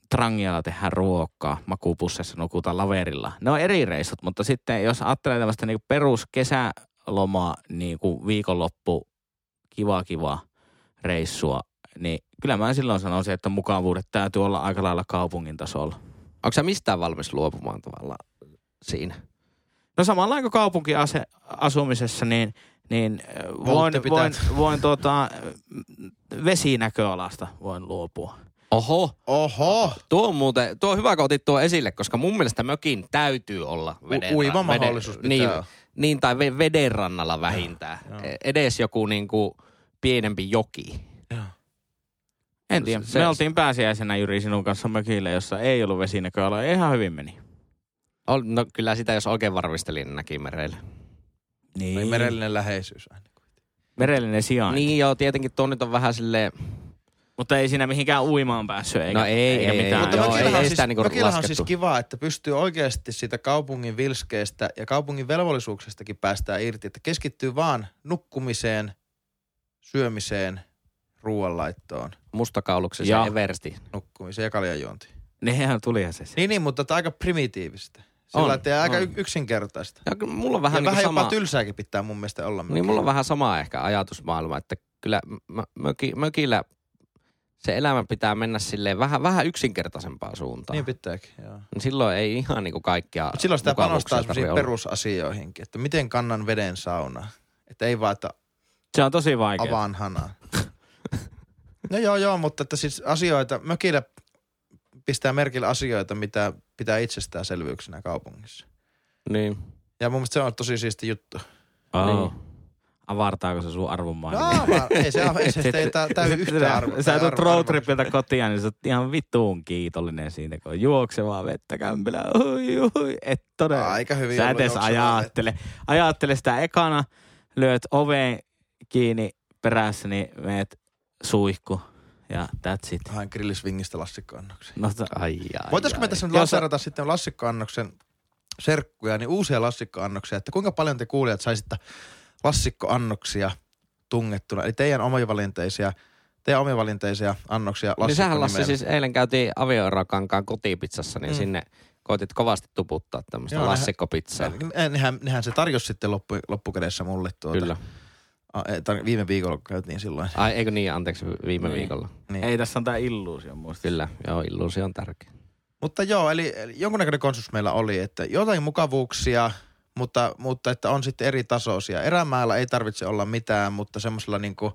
Speaker 2: Trangialla tehdään ruokaa, makuupussissa nukutaan laverilla. Ne on eri reissut, mutta sitten jos ajattelee tämmöistä niinku perus kesälomaa niinku viikonloppu kiva kiva reissua, niin kyllä mä silloin sanoisin, että mukavuudet täytyy olla aika lailla kaupungin tasolla.
Speaker 1: Onko sä mistään valmis luopumaan tavallaan siinä?
Speaker 2: No samalla kuin kaupunkiasumisessa, niin, niin voin, voin, voin tuota, vesinäköalasta voin luopua.
Speaker 1: Oho.
Speaker 3: Oho.
Speaker 1: Tuo on muuten, tuo on hyvä, kun otit tuo esille, koska mun mielestä mökin täytyy olla veden,
Speaker 3: U- uima mahdollisuus pitää.
Speaker 1: Niin, niin, tai veden rannalla vähintään.
Speaker 3: Ja, ja.
Speaker 1: Edes joku niinku pienempi joki.
Speaker 2: Ja. En tiedä.
Speaker 1: Se,
Speaker 2: Me oltiin pääsiäisenä Jyri sinun kanssa mökille, jossa ei ollut vesinäköala. Ihan hyvin meni.
Speaker 1: No kyllä sitä, jos oikein varmistelin, niin näki mereillä.
Speaker 2: Niin.
Speaker 3: Merellinen läheisyys aina.
Speaker 2: Merellinen sijainti.
Speaker 1: Niin joo, tietenkin tuo nyt on vähän silleen...
Speaker 2: Mutta ei siinä mihinkään uimaan päässyt, eikä,
Speaker 1: no ei,
Speaker 2: eikä
Speaker 1: ei,
Speaker 2: mitään.
Speaker 3: Mutta
Speaker 1: joo,
Speaker 3: mökillähän
Speaker 1: ei, ei
Speaker 3: siis,
Speaker 1: sitä niinku
Speaker 3: mökillähän on
Speaker 1: laskettu.
Speaker 3: siis kiva, että pystyy oikeasti siitä kaupungin vilskeestä ja kaupungin velvollisuuksestakin päästään irti. Että keskittyy vaan nukkumiseen, syömiseen, ruoanlaittoon,
Speaker 1: Mustakauluksessa
Speaker 2: Ja.
Speaker 1: ja Eversti.
Speaker 3: nukkumiseen ja kaljanjuontiin.
Speaker 2: Nehän tulihan se.
Speaker 3: Niin, niin, mutta aika primitiivistä. Sillä
Speaker 1: On,
Speaker 3: että aika
Speaker 1: on.
Speaker 3: y- yksinkertaista.
Speaker 1: Ja kyllä mulla on vähän,
Speaker 3: Ja
Speaker 1: niin
Speaker 3: vähän
Speaker 1: sama,
Speaker 3: jopa tylsääkin pitää mun mielestä olla.
Speaker 1: niin mulla on vähän sama ehkä ajatusmaailma, että kyllä mö, möki, mökillä se elämä pitää mennä silleen vähän, vähän yksinkertaisempaan suuntaan.
Speaker 3: Niin pitääkin, joo.
Speaker 1: Niin silloin ei ihan niinku kaikkia
Speaker 3: Mutta silloin sitä
Speaker 1: mukavuuksia
Speaker 3: panostaa
Speaker 1: tarvitse
Speaker 3: semmoisiin
Speaker 1: olla.
Speaker 3: perusasioihinkin, että miten kannan veden saunaan. Että ei vaan, että
Speaker 2: Se on tosi vaikea.
Speaker 3: avaan hanaa. No joo, joo, mutta että siis asioita, mökillä pistää merkille asioita, mitä pitää itsestäänselvyyksinä kaupungissa.
Speaker 1: Niin.
Speaker 3: Ja mun mielestä se on tosi siisti juttu.
Speaker 2: Oh.
Speaker 1: Niin.
Speaker 2: Avartaako se sun arvomaailma?
Speaker 3: No, vaan, ei se, ei se ei tä- täy yhtään arvo.
Speaker 2: Sä
Speaker 3: tai
Speaker 2: tulet
Speaker 3: arvo-
Speaker 2: roadtripiltä kotiin, niin sä oot ihan vittuun kiitollinen siitä, kun on juoksevaa vettä kämpillä. Oi, oi, et todella.
Speaker 3: Aika hyvin
Speaker 2: Sä et
Speaker 3: ollut
Speaker 2: edes
Speaker 3: juoksevaa
Speaker 2: ajattele. Ajattele sitä ekana, lyöt oveen kiinni perässä, niin meet suihku. Ja that's it.
Speaker 3: Hain grillisvingistä lassikkoannoksia.
Speaker 2: No, ta-
Speaker 1: Ai, ai,
Speaker 3: Voitaisko me
Speaker 1: ai.
Speaker 3: tässä nyt
Speaker 2: Jos-
Speaker 3: lanseerata sitten lassikkoannoksen serkkuja, niin uusia lassikkoannoksia, että kuinka paljon te kuulijat saisitte lassikkoannoksia tungettuna, eli teidän omivalinteisia, teidän omivalinteisia annoksia
Speaker 1: Niin sähän Lassi
Speaker 3: lassikkonimellä.
Speaker 1: siis eilen käytiin avioerakankaan kotipizzassa, niin
Speaker 3: Mm.
Speaker 1: sinne koitit kovasti tuputtaa tämmöistä
Speaker 3: Joo, nehän-
Speaker 1: lassikkopizzaa.
Speaker 3: Ne- Nehän, nehän se tarjosi sitten loppu, loppukädessä mulle tuota.
Speaker 1: Kyllä.
Speaker 3: A, e, tar- viime viikolla kun käytiin silloin.
Speaker 1: Ai eikö niin, anteeksi viime
Speaker 2: Niin.
Speaker 1: viikolla.
Speaker 3: Niin.
Speaker 2: ei tässä on tää illuusio muista.
Speaker 1: Kyllä, joo, illuusio on tärkeä.
Speaker 3: Mutta joo, eli, eli jonkunnäköinen konsensus meillä oli, että jotain mukavuuksia, mutta, mutta että on sitten eri tasoisia. Erämaalla ei tarvitse olla mitään, mutta semmoisella niinku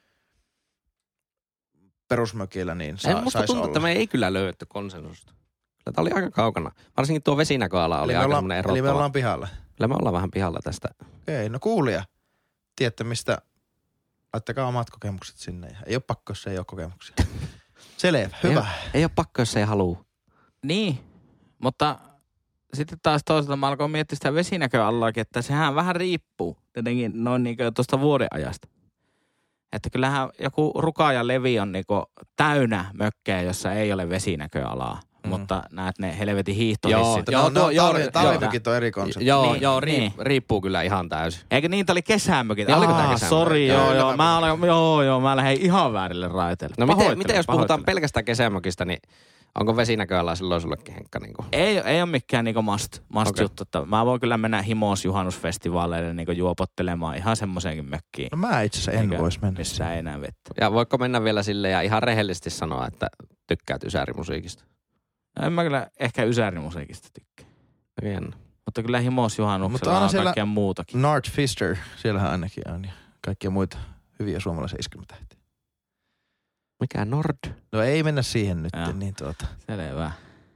Speaker 3: perusmökillä niin
Speaker 1: Ei,
Speaker 3: sa,
Speaker 1: musta
Speaker 3: saisi
Speaker 1: tuntuu,
Speaker 3: olla.
Speaker 1: että me ei kyllä löydetty konsensusta. Kyllä tää oli aika kaukana. Varsinkin tuo vesinäköala oli
Speaker 3: eli, me
Speaker 1: aika
Speaker 3: ollaan,
Speaker 1: semmoinen
Speaker 3: eli me
Speaker 1: erottava.
Speaker 3: ollaan pihalla.
Speaker 1: Kyllä me ollaan vähän pihalla tästä.
Speaker 3: Okei, no kuulija. Tiedätte mistä, laittakaa omat kokemukset sinne. Ei ole pakko, jos ei ole kokemuksia. Selvä, hyvä.
Speaker 1: Ei, ei ole pakko, jos ei halua.
Speaker 2: Niin, mutta sitten taas toisaalta mä alkoin miettiä sitä vesinäköalakin, että sehän vähän riippuu tietenkin noin niin kuin tuosta vuodenajasta. Että kyllähän joku Ruka ja Levi on niin kuin täynnä mökkejä, jossa ei ole vesinäköalaa.
Speaker 3: Mm.
Speaker 2: Mutta näet ne helvetin
Speaker 1: Joo,
Speaker 2: hiihtohissit.
Speaker 1: joo,
Speaker 3: no, no,
Speaker 1: tuo- joo,
Speaker 3: talvi-
Speaker 1: joo.
Speaker 3: talvimökit on eri konsepti.
Speaker 1: Joo,
Speaker 2: Niin,
Speaker 1: joo, rii-
Speaker 2: niin.
Speaker 1: riippuu kyllä ihan täysin.
Speaker 2: Eikö niitä oli kesämökit?
Speaker 1: Niin, oliko tää
Speaker 2: Aa,
Speaker 1: kesämökit?
Speaker 2: sori,
Speaker 1: Joo,
Speaker 2: joo,
Speaker 3: kyllä
Speaker 2: joo.
Speaker 3: mä-
Speaker 2: Mä olen, joo, joo, mä lähdin ihan väärille raiteille.
Speaker 1: No miten,
Speaker 2: Pahoittelen,
Speaker 1: miten jos puhutaan
Speaker 2: pahoittelen.
Speaker 1: pelkästään kesämökistä, niin onko vesinäköala silloin sullekin, Henkka? Niin kuin?
Speaker 2: Ei, ei ole mikään niinku must, must
Speaker 1: Okei.
Speaker 2: juttu. Että mä voin kyllä mennä himoos juhannusfestivaaleille niinku juopottelemaan ihan semmoiseenkin mökkiin.
Speaker 3: No mä itse asiassa en
Speaker 2: Eikä-
Speaker 3: vois mennä.
Speaker 2: Missä ei enää vettä.
Speaker 1: Ja voiko mennä vielä sille ja ihan rehellisesti sanoa, että tykkäät ysäärimusiikista?
Speaker 2: En mä kyllä ehkä ysäärimusiikista tykkää.
Speaker 1: Jännä.
Speaker 2: Mutta kyllä himoos
Speaker 3: Mutta
Speaker 2: juhannuksella
Speaker 3: aina
Speaker 2: on
Speaker 3: siellä-
Speaker 2: kaikkea muutakin.
Speaker 3: Nart Fister, siellähän ainakin on ja kaikkia muita hyviä suomalaisia iskelmätähtiä.
Speaker 1: Mikä Nord?
Speaker 3: No ei mennä siihen nyt,
Speaker 2: Joo.
Speaker 3: niin tuota.
Speaker 2: Selvä.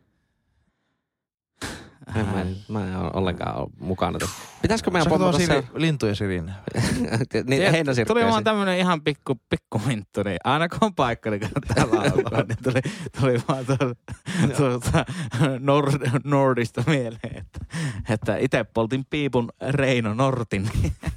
Speaker 1: En mä, mä en ole ollenkaan ole mukana tässä. Pitäisikö meidän
Speaker 3: Saanko tuo
Speaker 1: pompata se?
Speaker 3: siri, lintujen sirinä?
Speaker 1: Niin, heinäsirkkuja.
Speaker 2: Tuli vaan tämmönen ihan pikku, pikku minttu, niin aina kun on paikka, niin kannattaa laulaa. Niin tuli, tuli vaan tuolta, tuolta Nord, Nordista mieleen, että, että itse poltin piipun Reino Nortin.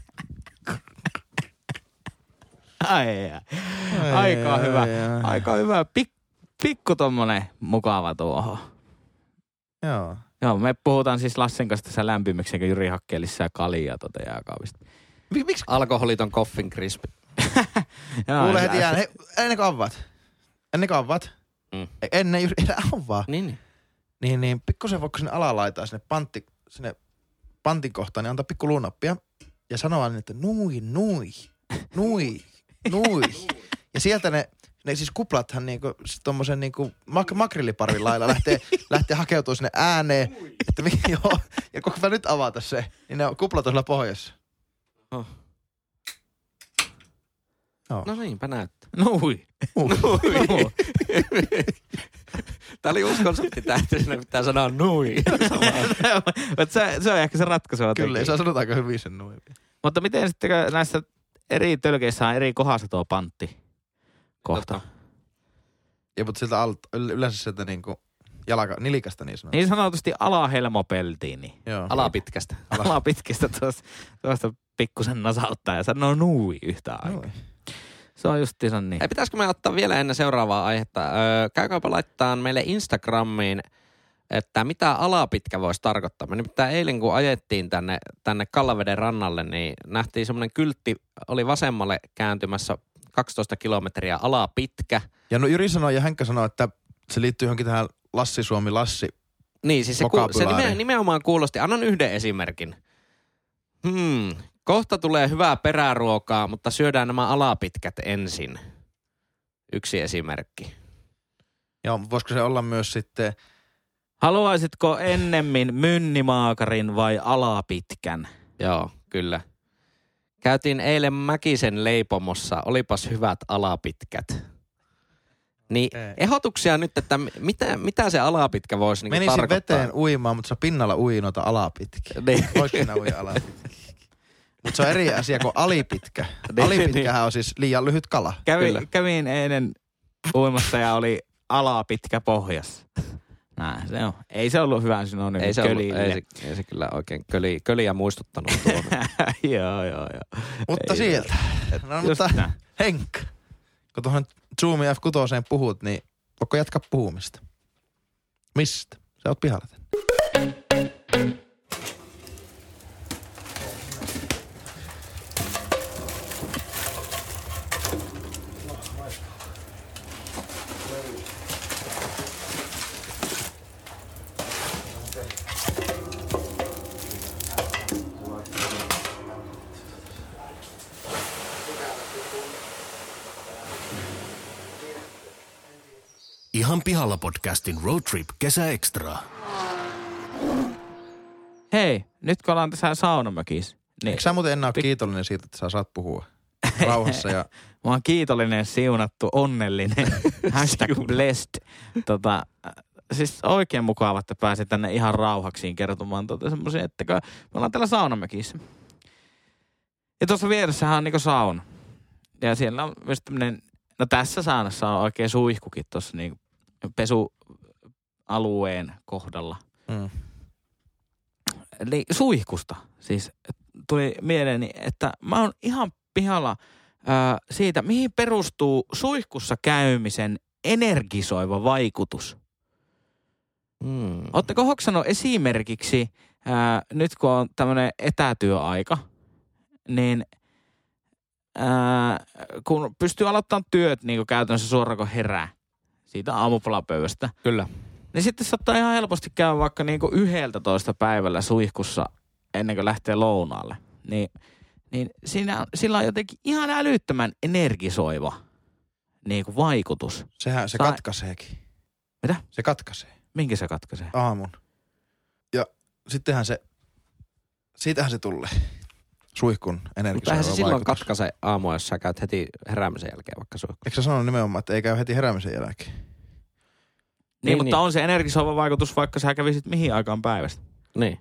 Speaker 2: Ai, ai. Aika
Speaker 3: Ai,
Speaker 2: hyvä,
Speaker 3: ai, ai.
Speaker 2: aika hyvä. Pik, pikku tommonen mukava tuohon.
Speaker 3: Joo.
Speaker 2: Joo, me puhutaan siis Lassin kanssa tässä lämpimiksi, eikä Jyri hakkee lisää kaljaa tuota jääkaapista.
Speaker 3: Mik, miksi?
Speaker 1: Alkoholiton coffin crisp.
Speaker 2: Joo,
Speaker 3: Kuule
Speaker 2: sä-
Speaker 3: heti jään. Hei, ennen kuin avaat. Ennen kuin avaat. Mm. Ennen just, enää on vaan.
Speaker 1: Niin, niin.
Speaker 3: Niin, niin pikkusen voiko sinne alalaitaa sinne, pantti, sinne pantin kohtaan, niin antaa pikku luunappia ja sanoa niin, että nui, nui, nui, nui. Ja sieltä ne, ne siis kuplathan niinku tommosen niinku mak- makriliparin lailla lähtee, lähtee hakeutumaan sinne ääneen. Että mi- joo, ja kun mä nyt avata se, niin ne kuplat on siellä pohjassa.
Speaker 1: Oh.
Speaker 3: Joo.
Speaker 1: No niinpä näyttää.
Speaker 2: Nui.
Speaker 1: Nui. Tää oli uusi konsepti tähti, sinne pitää sanoa nui.
Speaker 2: Mutta se, se on ehkä se ratkaisu.
Speaker 3: Kyllä, ja se sanotaanko hyvin sen nui.
Speaker 2: Mutta miten sitten näissä eri tölkeissä on eri kohdassa tuo pantti kohta?
Speaker 1: Tota.
Speaker 3: Ja mutta sieltä alta, yleensä sieltä niinku jalaka, nilikasta niin sanotaan.
Speaker 2: Niin sanotusti alahelmopeltiin. Niin.
Speaker 3: Joo.
Speaker 1: Alapitkästä.
Speaker 2: Alapitkistä tuosta, tuosta pikkusen nasauttaa ja sanoo nui yhtä aikaa.
Speaker 3: Nui.
Speaker 2: Se on justiinsa niin.
Speaker 1: Ei, pitäisikö me ottaa vielä ennen seuraavaa aihetta? Öö, käykääpä laittaa meille Instagramiin, että mitä alapitkä voisi tarkoittaa. Me nimittäin eilen, kun ajettiin tänne, tänne Kallaveden rannalle, niin nähtiin semmoinen kyltti, oli vasemmalle kääntymässä kaksitoista kilometriä alapitkä.
Speaker 3: Ja no Jyri sanoi ja Henkka sanoi, että se liittyy johonkin tähän Lassi Suomi Lassi.
Speaker 1: Niin, siis se, ku, se nime, nimenomaan kuulosti. Annan yhden esimerkin. Hmm, kohta tulee hyvää peräruokaa, mutta syödään nämä alapitkät ensin. Yksi esimerkki.
Speaker 3: Joo, voisiko se olla myös sitten...
Speaker 2: Haluaisitko ennemmin mynnimaakarin vai alapitkän?
Speaker 1: Joo, kyllä. Käytiin eilen Mäkisen leipomossa, olipas hyvät alapitkät. Niin
Speaker 3: Ei.
Speaker 1: ehdotuksia nyt, että mitä, mitä se alapitkä voisi niinku
Speaker 3: Menisin
Speaker 1: tarkoittaa.
Speaker 3: veteen uimaan, mutta se pinnalla ui noita alapitkiä.
Speaker 1: Niin.
Speaker 3: Voisi siinä uida alapitkiä. Mutta se on eri asia kuin alipitkä.
Speaker 1: Niin,
Speaker 3: Alipitkähän on siis liian lyhyt kala.
Speaker 2: Kävin, kävin eilen uimassa ja oli alapitkä pohjassa. Näin se on. Ei se ollut hyvä synonyymi
Speaker 1: Ei se, ollut,
Speaker 2: kölille.
Speaker 1: ei, se, ei se kyllä oikein köli, köliä muistuttanut tuohon.
Speaker 2: joo, joo, joo.
Speaker 3: Mutta
Speaker 2: Ei
Speaker 3: sieltä. No,
Speaker 2: Just
Speaker 3: mutta
Speaker 2: näin.
Speaker 3: Henkka, kun tuohon Zoomi F kuusi puhut, niin voiko jatkaa puhumista? Mistä? Sä oot pihalla tänne.
Speaker 4: Ihan pihalla podcastin Road Trip kesäekstra.
Speaker 2: Hei, nyt kun ollaan tässä saunamökissä. Niin,
Speaker 3: Eikö sä muuten enää ole kiitollinen siitä, että sä saat puhua rauhassa ja...
Speaker 2: mä oon kiitollinen, siunattu, onnellinen, hashtag blessed. Tota, siis oikein mukava, että pääsin tänne ihan rauhaksiin kertomaan tota semmoisia, että me ollaan täällä saunamökissä. Ja tuossa vieressähän on niinku sauna. Ja siellä on myös tämmönen, no tässä saunassa on oikein suihkukin tuossa niinku pesualueen kohdalla.
Speaker 3: Mm.
Speaker 2: Eli suihkusta siis tuli mieleeni, että mä oon ihan pihalla ää, siitä, mihin perustuu suihkussa käymisen energisoiva vaikutus.
Speaker 1: Mm.
Speaker 2: Ootteko hoksannut esimerkiksi, ää, nyt kun on tämmöinen etätyöaika, niin ää, kun pystyy aloittamaan työt niin kuin käytännössä suoraan kun herää siitä aamupalapöydästä,
Speaker 1: Kyllä.
Speaker 2: niin sitten saattaa ihan helposti käydä vaikka niinku yhdeltä toista päivällä suihkussa ennen kuin lähtee lounaalle. Niin, niin siinä, sillä on jotenkin ihan älyttömän energisoiva niinku vaikutus.
Speaker 3: Sehän se
Speaker 2: Sai-
Speaker 3: katkaiseekin.
Speaker 2: Mitä?
Speaker 3: Se katkaisee
Speaker 2: Minkä se katkaisee?
Speaker 3: aamun. Ja sittenhän se, siitähän se tulee. Suihkun
Speaker 1: Mutta
Speaker 3: energisoiva
Speaker 1: eihän se silloin
Speaker 3: vaikutus.
Speaker 1: katkaise aamu, jos sä käyt heti heräämisen jälkeen vaikka suihkuun.
Speaker 3: Eikö sä sanonut nimenomaan, että ei käy heti heräämisen jälkeen?
Speaker 2: Niin,
Speaker 1: Niin,
Speaker 2: mutta
Speaker 1: niin.
Speaker 2: on se energisoiva vaikutus, vaikka sä kävisit mihin aikaan päivästä.
Speaker 1: Niin.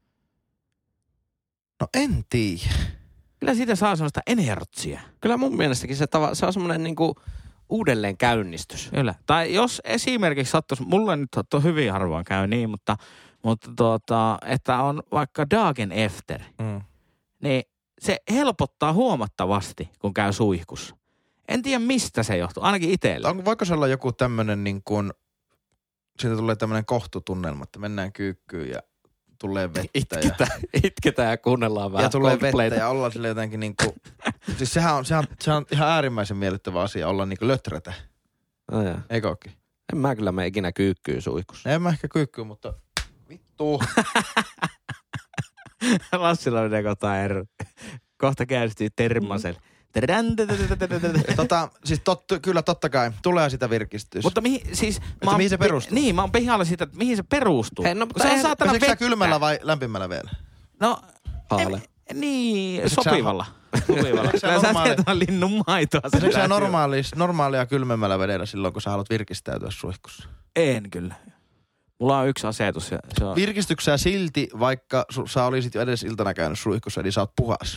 Speaker 3: No en tiedä.
Speaker 2: Kyllä siitä saa sellaista energiaa.
Speaker 1: Kyllä mun mielestäkin se, tava, se on semmoinen niinku uudelleen käynnistys.
Speaker 2: Kyllä. Tai jos esimerkiksi sattuisi, mulle nyt sattuu hyvin harvoin käy niin, mutta, mutta tuota, että on vaikka Dagen Efter,
Speaker 3: Mm.
Speaker 2: niin se helpottaa huomattavasti, kun käy suihkussa. En tiedä, mistä se johtuu, ainakin itselle.
Speaker 3: Onko, voiko se olla joku tämmönen niin kuin, siitä tulee tämmönen kohtutunnelma, että mennään kyykkyyn ja tulee vettä. Ja,
Speaker 1: Itketään, itketään ja kuunnellaan vähän
Speaker 3: ja tulee vettä
Speaker 1: Coldplayta.
Speaker 3: ja ollaan sille jotenkin niinku, siis sehän on, sehän, sehän on ihan äärimmäisen miellyttävä asia olla niinku löträtä,
Speaker 1: No, joo.
Speaker 3: eikö ookin?
Speaker 1: En mä kyllä mene ikinä kyykkyyn suihkussa.
Speaker 3: En mä ehkä kyykkyyn, mutta vittu.
Speaker 2: Lassilla menee kohta ero. Kohta käynnistyy termasel.
Speaker 3: Tota, siis totta, kyllä totta kai. Tulee sitä virkistystä.
Speaker 2: Mutta mihin, siis...
Speaker 3: Että mihin se perustuu?
Speaker 2: Niin, mä oon pihalla siitä, että mihin se perustuu.
Speaker 1: Hei, no,
Speaker 2: kun se on saatana
Speaker 3: vettä.
Speaker 2: vettä.
Speaker 3: Kylmällä vai lämpimällä vielä?
Speaker 2: No,
Speaker 1: Haale.
Speaker 2: en, niin,
Speaker 3: Pesitkä
Speaker 2: sopivalla. Sopivalla.
Speaker 3: Pesitkä
Speaker 2: Kyllä sä
Speaker 3: normaali-
Speaker 2: teet vaan linnun maitoa.
Speaker 3: Pesitkä sä normaalis, normaalia kylmemmällä vedellä silloin, kun sä haluat virkistäytyä suihkussa?
Speaker 2: En kyllä. Mulla on yksi asetus. Ja se on...
Speaker 3: Virkistyksää silti, vaikka su, sä olisit jo edes iltana käynyt suihkussa, eli sä oot puhas.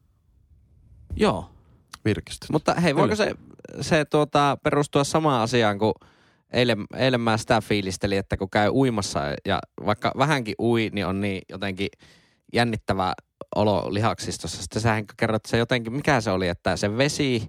Speaker 2: Joo.
Speaker 3: Virkistys.
Speaker 1: Mutta hei, voiko se, se tuota, perustua samaan asiaan, kun eilen, eilen mä sitä fiilistelin, että kun käy uimassa ja vaikka vähänkin ui, niin on niin jotenkin jännittävä olo lihaksistossa. Sitten sähän kerrot, että se jotenkin, mikä se oli, että se vesi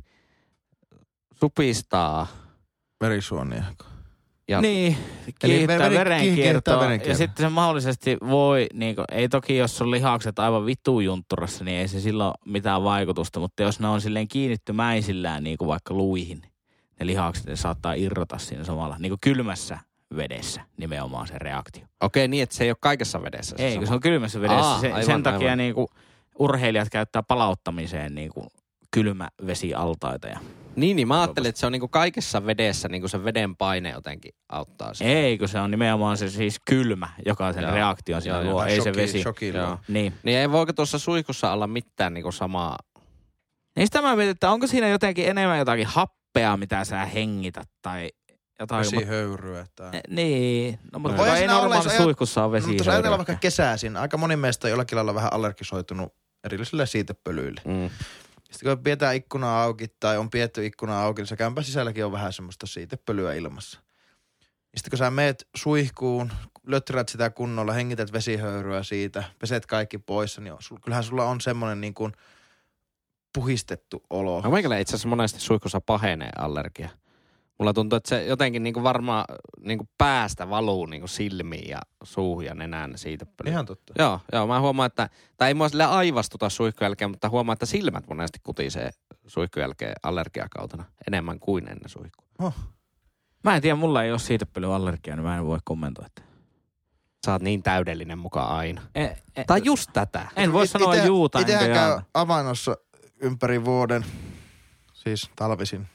Speaker 1: supistaa.
Speaker 3: Verisuonia.
Speaker 1: Ja
Speaker 2: Niin,
Speaker 3: Eli
Speaker 2: kiihdyttää
Speaker 3: veren-
Speaker 2: verenkiertoa.
Speaker 3: kiihdyttää verenkiertoa.
Speaker 2: Ja sitten se mahdollisesti voi, niin kuin, ei toki jos on lihakset aivan vitujuntturassa, niin ei se silloin mitään vaikutusta. Mutta jos ne on silleen kiinnittymäisillään, niin kuin vaikka luihin, ne lihakset ne saattaa irrota siinä samalla. Niin kuin kylmässä vedessä nimenomaan se reaktio.
Speaker 1: okei, niin, että se ei ole kaikessa vedessä.
Speaker 2: Ei,
Speaker 1: sama.
Speaker 2: kun se on kylmässä vedessä.
Speaker 1: Aa,
Speaker 2: se,
Speaker 1: aivan,
Speaker 2: sen takia
Speaker 1: aivan.
Speaker 2: niin kuin, urheilijat käyttää palauttamiseen niin kuin, kylmävesialtaita. Ja...
Speaker 1: Niin, niin mä ajattelin, että se on niinku kaikessa vedessä, niinku se veden paine jotenkin auttaa sitä.
Speaker 2: Ei, kun se on nimenomaan se siis kylmä, joka sen
Speaker 1: Joo.
Speaker 2: reaktion siinä
Speaker 1: Joo,
Speaker 2: luo,
Speaker 1: joo.
Speaker 2: ei se
Speaker 3: Shoki-
Speaker 2: vesi.
Speaker 3: shoki luo.
Speaker 1: Joo.
Speaker 2: Niin.
Speaker 1: Niin ei voiko tuossa suihkussa olla mitään niinku samaa?
Speaker 2: Niin sitä mä mietin, että onko siinä jotenkin enemmän jotakin happea, mitä sä hengität tai jotain.
Speaker 3: Vesihöyryä. Tai...
Speaker 2: Mut, niin, no mutta
Speaker 3: Voihan
Speaker 2: ei
Speaker 3: siinä olla,
Speaker 2: normaali
Speaker 3: jos ajat-
Speaker 2: suihkussa ole
Speaker 3: Mutta jos
Speaker 2: vesi.
Speaker 3: ajatellaan vaikka kesäisin, aika moni meistä on jollakin lailla vähän allergisoitunut erillisille siitepölyille.
Speaker 1: Mm.
Speaker 3: Sitten kun pidetään ikkunaa auki tai on pidetty ikkunaa auki, niin se kämpän sisälläkin on vähän semmoista siitepölyä ilmassa. Sitten kun sä meet suihkuun, löträt sitä kunnolla, hengität vesihöyryä siitä, peset kaikki pois, niin on, kyllähän sulla on semmoinen niin kuin puhistettu olo.
Speaker 1: No meikällä itse asiassa monesti suihkussa pahenee allergia. Mulla tuntuu, että se jotenkin niinku varmaan niinku päästä valuu niinku silmiin ja suuhun ja nenään siitä.
Speaker 3: Ihan totta.
Speaker 1: Joo, joo, mä huomaan, että, tai ei mua sille aivastuta suihkun jälkeen, mutta huomaan, että silmät monesti kutisee suihkun jälkeen allergiakautena enemmän kuin ennen suihkua.
Speaker 3: Oh.
Speaker 2: Mä en tiedä, mulla ei ole siitepölyallergiaa, niin mä en voi kommentoida.
Speaker 1: Sä oot niin täydellinen mukaan aina.
Speaker 2: E, e,
Speaker 1: Tai just tätä.
Speaker 2: en voi
Speaker 3: It-
Speaker 2: sanoa
Speaker 3: ite-
Speaker 2: juuta.
Speaker 3: Itehän
Speaker 2: enkä
Speaker 3: käy
Speaker 2: jaa.
Speaker 3: avannossa ympäri vuoden, siis talvisin.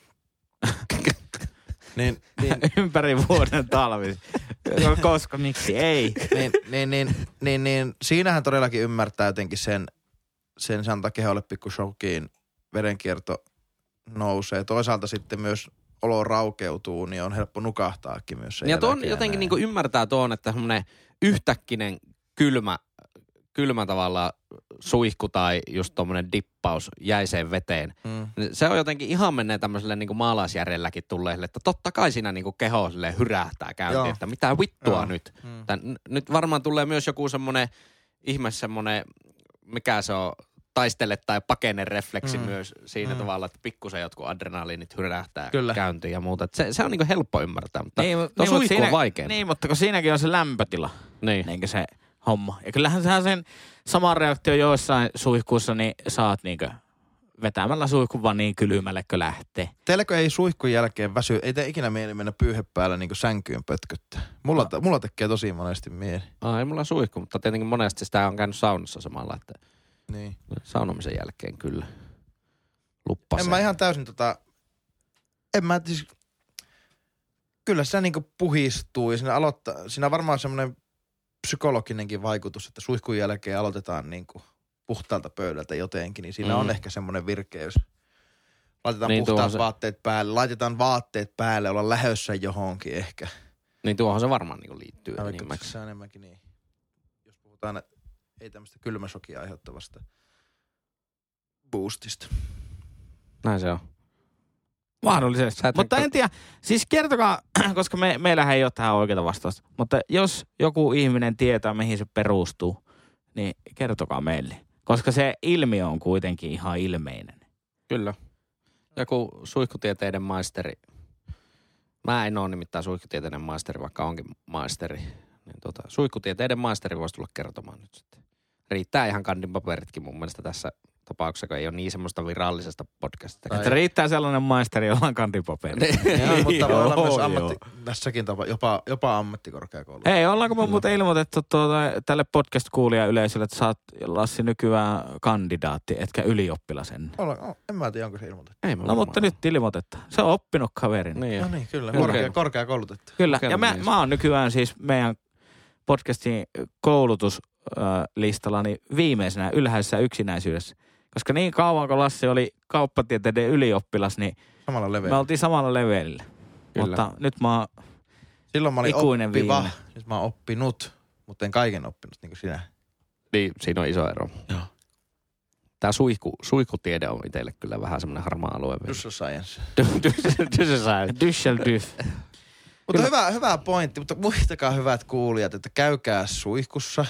Speaker 3: niin, niin,
Speaker 2: Ympäri vuoden talvi. Koska miksi ei?
Speaker 3: niin, niin, niin, niin, niin, siinähän todellakin ymmärtää jotenkin sen, sen se antaa keholle pikku shokkiin, verenkierto nousee. Toisaalta sitten myös olo raukeutuu, niin on helppo nukahtaakin myös sen
Speaker 1: Ja tuon
Speaker 3: jälkeen
Speaker 1: jotenkin
Speaker 3: näin.
Speaker 1: niinku ymmärtää tuon, että semmoinen yhtäkkinen kylmä, kylmä tavalla suihku tai just tommonen dippaus jäiseen veteen.
Speaker 3: Mm.
Speaker 1: Se on jotenkin ihan menee tämmöiselle niinku maalaisjärjelläkin tulleelle, että totta kai siinä niinku keho silleen hyrähtää käyntiin,
Speaker 3: Joo.
Speaker 1: että mitä vittua
Speaker 3: Joo.
Speaker 1: nyt.
Speaker 3: Mm.
Speaker 1: Tän, n- nyt varmaan tulee myös joku semmoinen ihme semmoinen, mikä se on, taistele tai pakene refleksi
Speaker 3: Mm.
Speaker 1: myös siinä
Speaker 3: Mm.
Speaker 1: tavalla, että pikkusen jotkut adrenaliinit hyrähtää
Speaker 3: Kyllä.
Speaker 1: käyntiin ja muuta. Et se, se on niinku helppo ymmärtää, mutta
Speaker 2: Niin,
Speaker 1: tuo
Speaker 2: niin,
Speaker 1: suihku
Speaker 2: siinä,
Speaker 1: on vaikea.
Speaker 2: Niin, mutta kun siinäkin on se lämpötila,
Speaker 1: Niin.
Speaker 2: niin se homma. Ja kyllähän sä sen saman reaktio joissain suihkuissa, niin saat niinkö vetämällä suihkun vaan niin kylmälle, kun lähtee.
Speaker 3: Teilläkö ei suihkun jälkeen väsy, ei tee ikinä mieli mennä pyyhe päällä niin sänkyyn pötköttää? Mulla, no. mulla tekee tosi monesti mieli.
Speaker 1: Aa, ei mulla suihku, mutta tietenkin monesti sitä on käynyt saunassa samalla, että
Speaker 3: Niin.
Speaker 1: saunomisen jälkeen kyllä luppasee.
Speaker 3: En mä ihan täysin tota, en mä siis, kyllä se niinku puhistuu ja siinä aloittaa, siinä on varmaan semmoinen psykologinenkin vaikutus, että suihkun jälkeen aloitetaan niinku puhtaalta pöydältä jotenkin, niin siinä
Speaker 1: Mm.
Speaker 3: on ehkä semmoinen virkeys. Laitetaan
Speaker 1: Niin,
Speaker 3: niin,
Speaker 1: tuohon
Speaker 3: puhtaat
Speaker 1: se-
Speaker 3: vaatteet päälle, laitetaan vaatteet päälle, ollaan lähössä johonkin ehkä.
Speaker 1: Niin tuohon se varmaan niinku liittyy
Speaker 3: Älkää,
Speaker 1: enimmäkseen.
Speaker 3: se on enemmänkin niin. Jos puhutaan, että ei tämmöistä kylmäsokia aiheuttavasta boostista.
Speaker 1: Näin se on.
Speaker 2: Mahdollisesti.
Speaker 1: Sä et
Speaker 2: Mutta
Speaker 1: rikko-
Speaker 2: en tiedä, siis kertokaa, koska me, meillähän ei ole tähän oikeaa vastausta, mutta jos joku ihminen tietää, mihin se perustuu, niin kertokaa meille. Koska se ilmiö on kuitenkin ihan ilmeinen.
Speaker 1: Kyllä. Joku suihkutieteiden maisteri. Mä en ole nimittäin suihkutieteiden maisteri, vaikka onkin maisteri. Niin tuota, suihkutieteiden maisteri voisi tulla kertomaan nyt sitten. Riittää ihan kandin paperitkin mun mielestä tässä tapauksessa, kun ei ole niin semmoista virallisesta podcastista.
Speaker 2: Että riittää sellainen maisteri, jolla on kandipaperi.
Speaker 3: Joo, mutta voi olla myös
Speaker 2: Joo,
Speaker 3: ammatti, tässäkin tapa, jopa, jopa ammattikorkeakoulu.
Speaker 2: Hei, ollaanko me muuten ilmoitettu tuota, tälle podcast-kuulija yleisölle, että sä oot, Lassi, nykyään kandidaatti, etkä ylioppilas ennen?
Speaker 3: Olla, no, en mä tiedä, onko se ilmoitettu.
Speaker 1: Ei,
Speaker 2: No mutta nyt ilmoitetaan. Se on oppinut kaverin.
Speaker 1: Niin,
Speaker 3: No niin, kyllä.
Speaker 1: Kyllä.
Speaker 3: Korkea, korkeakoulutettu.
Speaker 2: Kyllä,
Speaker 1: Kyllä
Speaker 2: ja mä,
Speaker 1: niin.
Speaker 2: mä oon nykyään siis meidän podcastin koulutuslistalla niin viimeisenä ylhäisessä yksinäisyydessä. Koska niin kauan kun Lassi oli kauppatieteiden ylioppilas, niin
Speaker 3: Samalla
Speaker 2: me
Speaker 3: leveillä.
Speaker 2: oltiin samalla levelillä.
Speaker 1: Kyllä.
Speaker 2: Mutta nyt mä oon
Speaker 3: Silloin mä olin
Speaker 2: ikuinen
Speaker 3: oppiva.
Speaker 2: viimeinen.
Speaker 3: Nyt mä oon oppinut, mutta en kaiken oppinut, niin kuin sinä.
Speaker 1: niin, siinä on iso ero.
Speaker 3: Joo.
Speaker 1: Tää suihku, suihkutiede on itselle kyllä vähän semmoinen harmaa alue.
Speaker 3: Just science.
Speaker 2: Düsseldorf.
Speaker 3: Mutta hyvä, hyvä pointti, mutta muistakaa hyvät kuulijat, että käykää suihkussa.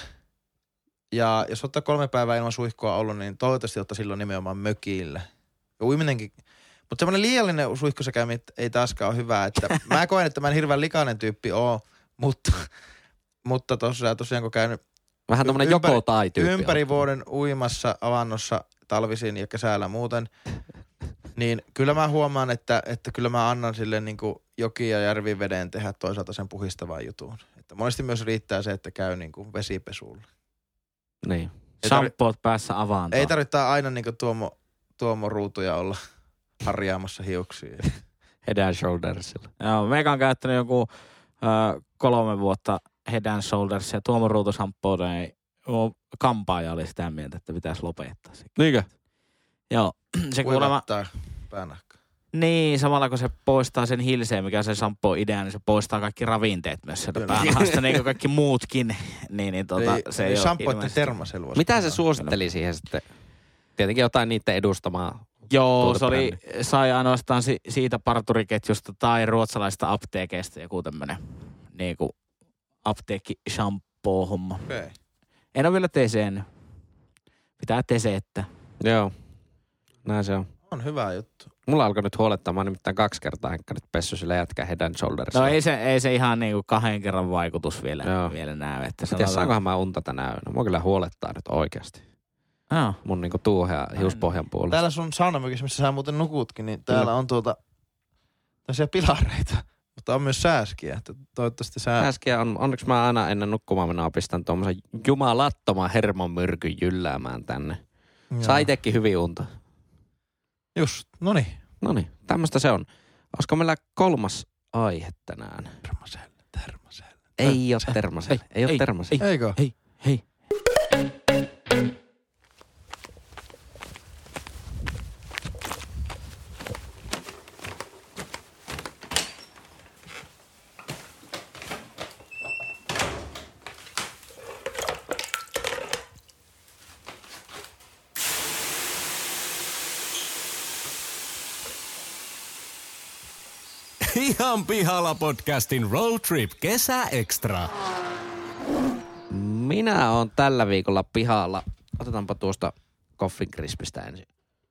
Speaker 3: Ja jos ottaa kolme päivää ilman suihkua ollut, niin toivottavasti ottaa silloin nimenomaan mökillä. Ja uiminenkin. Mutta semmoinen liiallinen suihkussa käyminen ei taaskaan ole hyvä. Että mä koen, että mä en hirveän likainen tyyppi oo, mutta, mutta tosiaan, tosiaan kun käyn
Speaker 1: Vähän tämmönen
Speaker 3: ympäri-
Speaker 1: joko tai tyyppi.
Speaker 3: ympäri vuoden uimassa avannossa talvisin ja kesällä muuten, niin kyllä mä huomaan, että, että kyllä mä annan sille niin kuin joki- ja järviveden tehdä toisaalta sen puhistavan jutun. Että monesti myös riittää se, että käy niin kuin vesipesulla.
Speaker 1: Niin.
Speaker 3: Ei tarvi-
Speaker 2: Shampoot päässä avaantoon.
Speaker 3: Ei tarvitse aina niin kuin tuomo, tuomo ruutuja olla harjaamassa hiuksia.
Speaker 1: Head and Shouldersilla.
Speaker 2: Joo, meikä on käyttänyt joku ö, kolme vuotta Head and Shoulders ja Tuomo Ruutu-shampoota, niin mun kampaaja oli sitä mieltä, että pitäisi lopettaa se.
Speaker 1: Niinkö?
Speaker 2: Joo, se kuulemma,
Speaker 3: Kuivattaa päänahkaa.
Speaker 2: niin samalla kun se poistaa sen hilseen, mikä on se shampoo idea, niin se poistaa kaikki ravinteet myös sieltä
Speaker 3: Kyllä.
Speaker 2: päänahasta, niin kuin kaikki muutkin. Niin, niin tota,
Speaker 3: Eli,
Speaker 2: se ei
Speaker 3: eli
Speaker 2: ole
Speaker 3: shampoitten
Speaker 2: ilmeisesti-
Speaker 3: termaselua.
Speaker 1: Mitä se suositteli siihen sitten? Tietenkin jotain niiden edustamaa.
Speaker 2: Joo, se oli,
Speaker 1: tuotebrändi.
Speaker 2: sai ainoastaan si, siitä parturiketjusta tai ruotsalaista apteekeista joku tämmönen niinku apteekki-shampoo-homma.
Speaker 3: Okei. Okay.
Speaker 2: En ole vielä tesenyt. Pitää teseettä.
Speaker 1: Joo. Näin se on.
Speaker 3: On hyvä juttu.
Speaker 1: Mulla alkoi nyt huolettaa, mä oon nimittäin kaksi kertaa enkä nyt pessy sillä jätkä Head and Shouldersilla.
Speaker 2: No ei se, ei se ihan niinku kahden kerran vaikutus vielä,
Speaker 1: Joo.
Speaker 2: vielä näy. Että
Speaker 1: Tiedä, saankohan mä unta tänä yönä? Mua kyllä huolettaa nyt oikeasti.
Speaker 2: Joo.
Speaker 1: Mun niinku tuuhea hiuspohjan puolesta.
Speaker 3: Täällä sun saunamökissä, missä sä muuten nukutkin, niin täällä on tuota tämmöisiä pilareita, mutta on myös sääskiä. Että toivottavasti sää...
Speaker 1: Äsken on, onneksi mä aina ennen nukkumaan mennä pistän tuommoisen jumalattoman hermonmyrkyn jylläämään tänne.
Speaker 3: Joo.
Speaker 1: Saa itekin hyvin unta.
Speaker 3: Just, no niin.
Speaker 1: Noniin, tämmöistä se on. Olisiko meillä kolmas aihe tänään?
Speaker 3: Termaselle, termaselle.
Speaker 1: Ei ole termaselle. Ei, ei ole
Speaker 2: ei,
Speaker 1: termaselle.
Speaker 3: Eikö?
Speaker 2: Hei, hei.
Speaker 4: Ihan pihalla podcastin Road Trip kesäekstra.
Speaker 1: Minä oon tällä viikolla pihalla. Otetaanpa tuosta Coffin Crispistä ensin.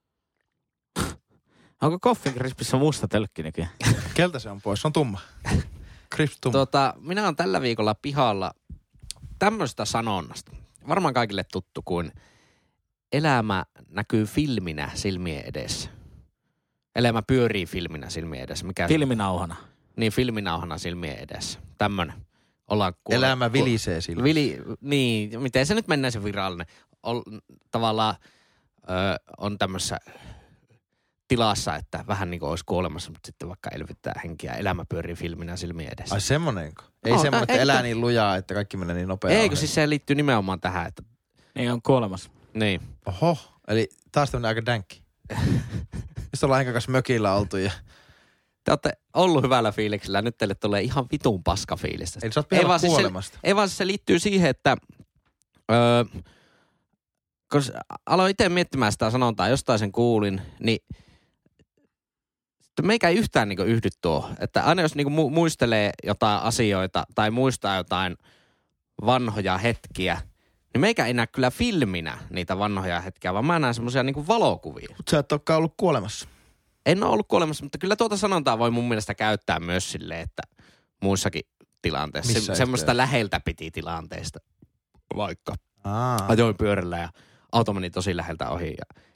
Speaker 2: Onko Coffin Crispissä musta tölkki nykyään?
Speaker 3: Keltä se on pois? Se on tumma. Crisp tumma.
Speaker 1: Tota, minä oon tällä viikolla pihalla tämmöistä sanonnasta. Varmaan kaikille tuttu kuin elämä näkyy filminä silmien edessä. Elämä pyörii filminä silmien edessä. Mikä
Speaker 2: Filminauhana.
Speaker 1: Niin, filminauhana silmien edessä. Tämmönen. Ollaan kuole-
Speaker 3: Elämä vilisee sillä.
Speaker 1: Vili, niin, miten se nyt mennään se virallinen? Ol, tavallaan ö, on tämmöisessä tilassa, että vähän niin kuin olisi kuolemassa, mutta sitten vaikka elvyttää henkiä. Elämä pyörii filminä silmien edessä.
Speaker 3: Ai semmonenko? Ei
Speaker 1: No,
Speaker 3: semmoinen, että
Speaker 1: ei-
Speaker 3: elää niin lujaa, että kaikki menee niin nopeaa.
Speaker 1: Eikö siis se liittyy nimenomaan tähän, että
Speaker 2: Niin on kuolemassa.
Speaker 1: niin.
Speaker 3: Oho, eli taas tämmönen aika dänkki. Sitten ollaan Henkan kanssa mökillä oltu ja...
Speaker 1: Te olette ollut hyvällä fiiliksellä ja nyt teille tulee ihan vitun paska fiilistä.
Speaker 3: Eli sä oot
Speaker 1: Ei
Speaker 3: pihalla
Speaker 1: vaan siis se-
Speaker 3: kuolemasta.
Speaker 1: Ei vaan se liittyy siihen, että öö, kun aloin itse miettimään sitä sanontaa, jostain sen kuulin, niin sitten meikä ei yhtään niinku yhdy tuo. Että aina jos niinku mu- muistelee jotain asioita tai muistaa jotain vanhoja hetkiä, niin meikä ei näe kyllä filminä niitä vanhoja hetkiä, vaan mä näen semmoisia niinku valokuvia.
Speaker 3: Mut sä et olekaan ollut kuolemassa.
Speaker 1: En ole ollut kuolemassa, mutta kyllä tuota sanontaa voi mun mielestä käyttää myös silleen, että muissakin tilanteissa.
Speaker 3: Missä
Speaker 1: Se, semmoista
Speaker 3: yhteydessä?
Speaker 1: läheltä piti tilanteesta. Vaikka
Speaker 3: Aa.
Speaker 1: ajoin pyörällä ja auto meni tosi läheltä ohi ja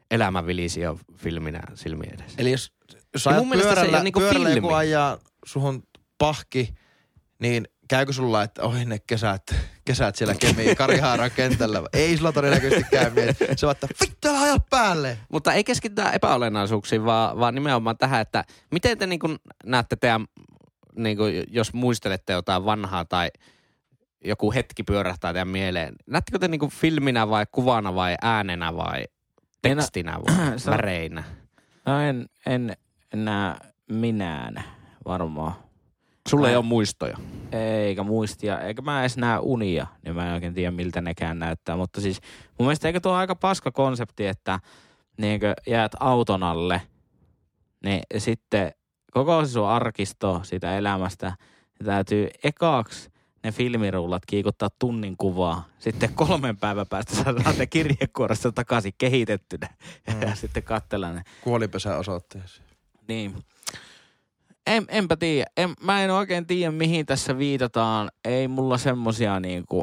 Speaker 1: elämänvilisio-filminä silmiin edessä.
Speaker 3: Eli jos, jos
Speaker 1: Ja
Speaker 3: ajat
Speaker 1: mun mielestä se ei
Speaker 3: pyörällä,
Speaker 1: ole niinku
Speaker 3: pyörällä
Speaker 1: filmi.
Speaker 3: joku ajaa suhun pahki, niin käykö sulla, että ohi ne kesät, kesät siellä Kemiin Karihaaran kentällä? Ei sulla todennäköisesti käy miettiä. Se on, että vittu älä aja päälle.
Speaker 1: Mutta ei keskitytä epäolennaisuuksiin, vaan, vaan nimenomaan tähän, että miten te niin kuin näette teidän, niin kuin, jos muistelette jotain vanhaa tai joku hetki pyörähtää teidän mieleen. Näettekö te niin kuin filminä vai kuvana vai äänenä vai tekstinä vai
Speaker 2: Se-
Speaker 1: väreinä?
Speaker 2: No en, en näe minään varmaan.
Speaker 1: Sulla
Speaker 2: Mä-
Speaker 1: ei ole muistoja.
Speaker 2: Eikä muistia, eikä mä edes näe unia, niin mä en oikein tiedä miltä nekään näyttää. Mutta siis mun mielestä eikö tuo ole aika paska konsepti, että niinkö jäät auton alle, niin sitten koko se sun arkisto siitä elämästä, niin täytyy ekaaksi ne filmirullat kiikuttaa tunnin kuvaa. Sitten kolmen päivän päästä saadaan ne kirjekuoresta takaisin kehitettynä mm. ja sitten katsella ne.
Speaker 3: Kuolipesä osoitteeseen.
Speaker 2: Niin. En, enpä tiedä. En, mä en oikein tiedä, mihin tässä viitataan. Ei mulla semmosia niinku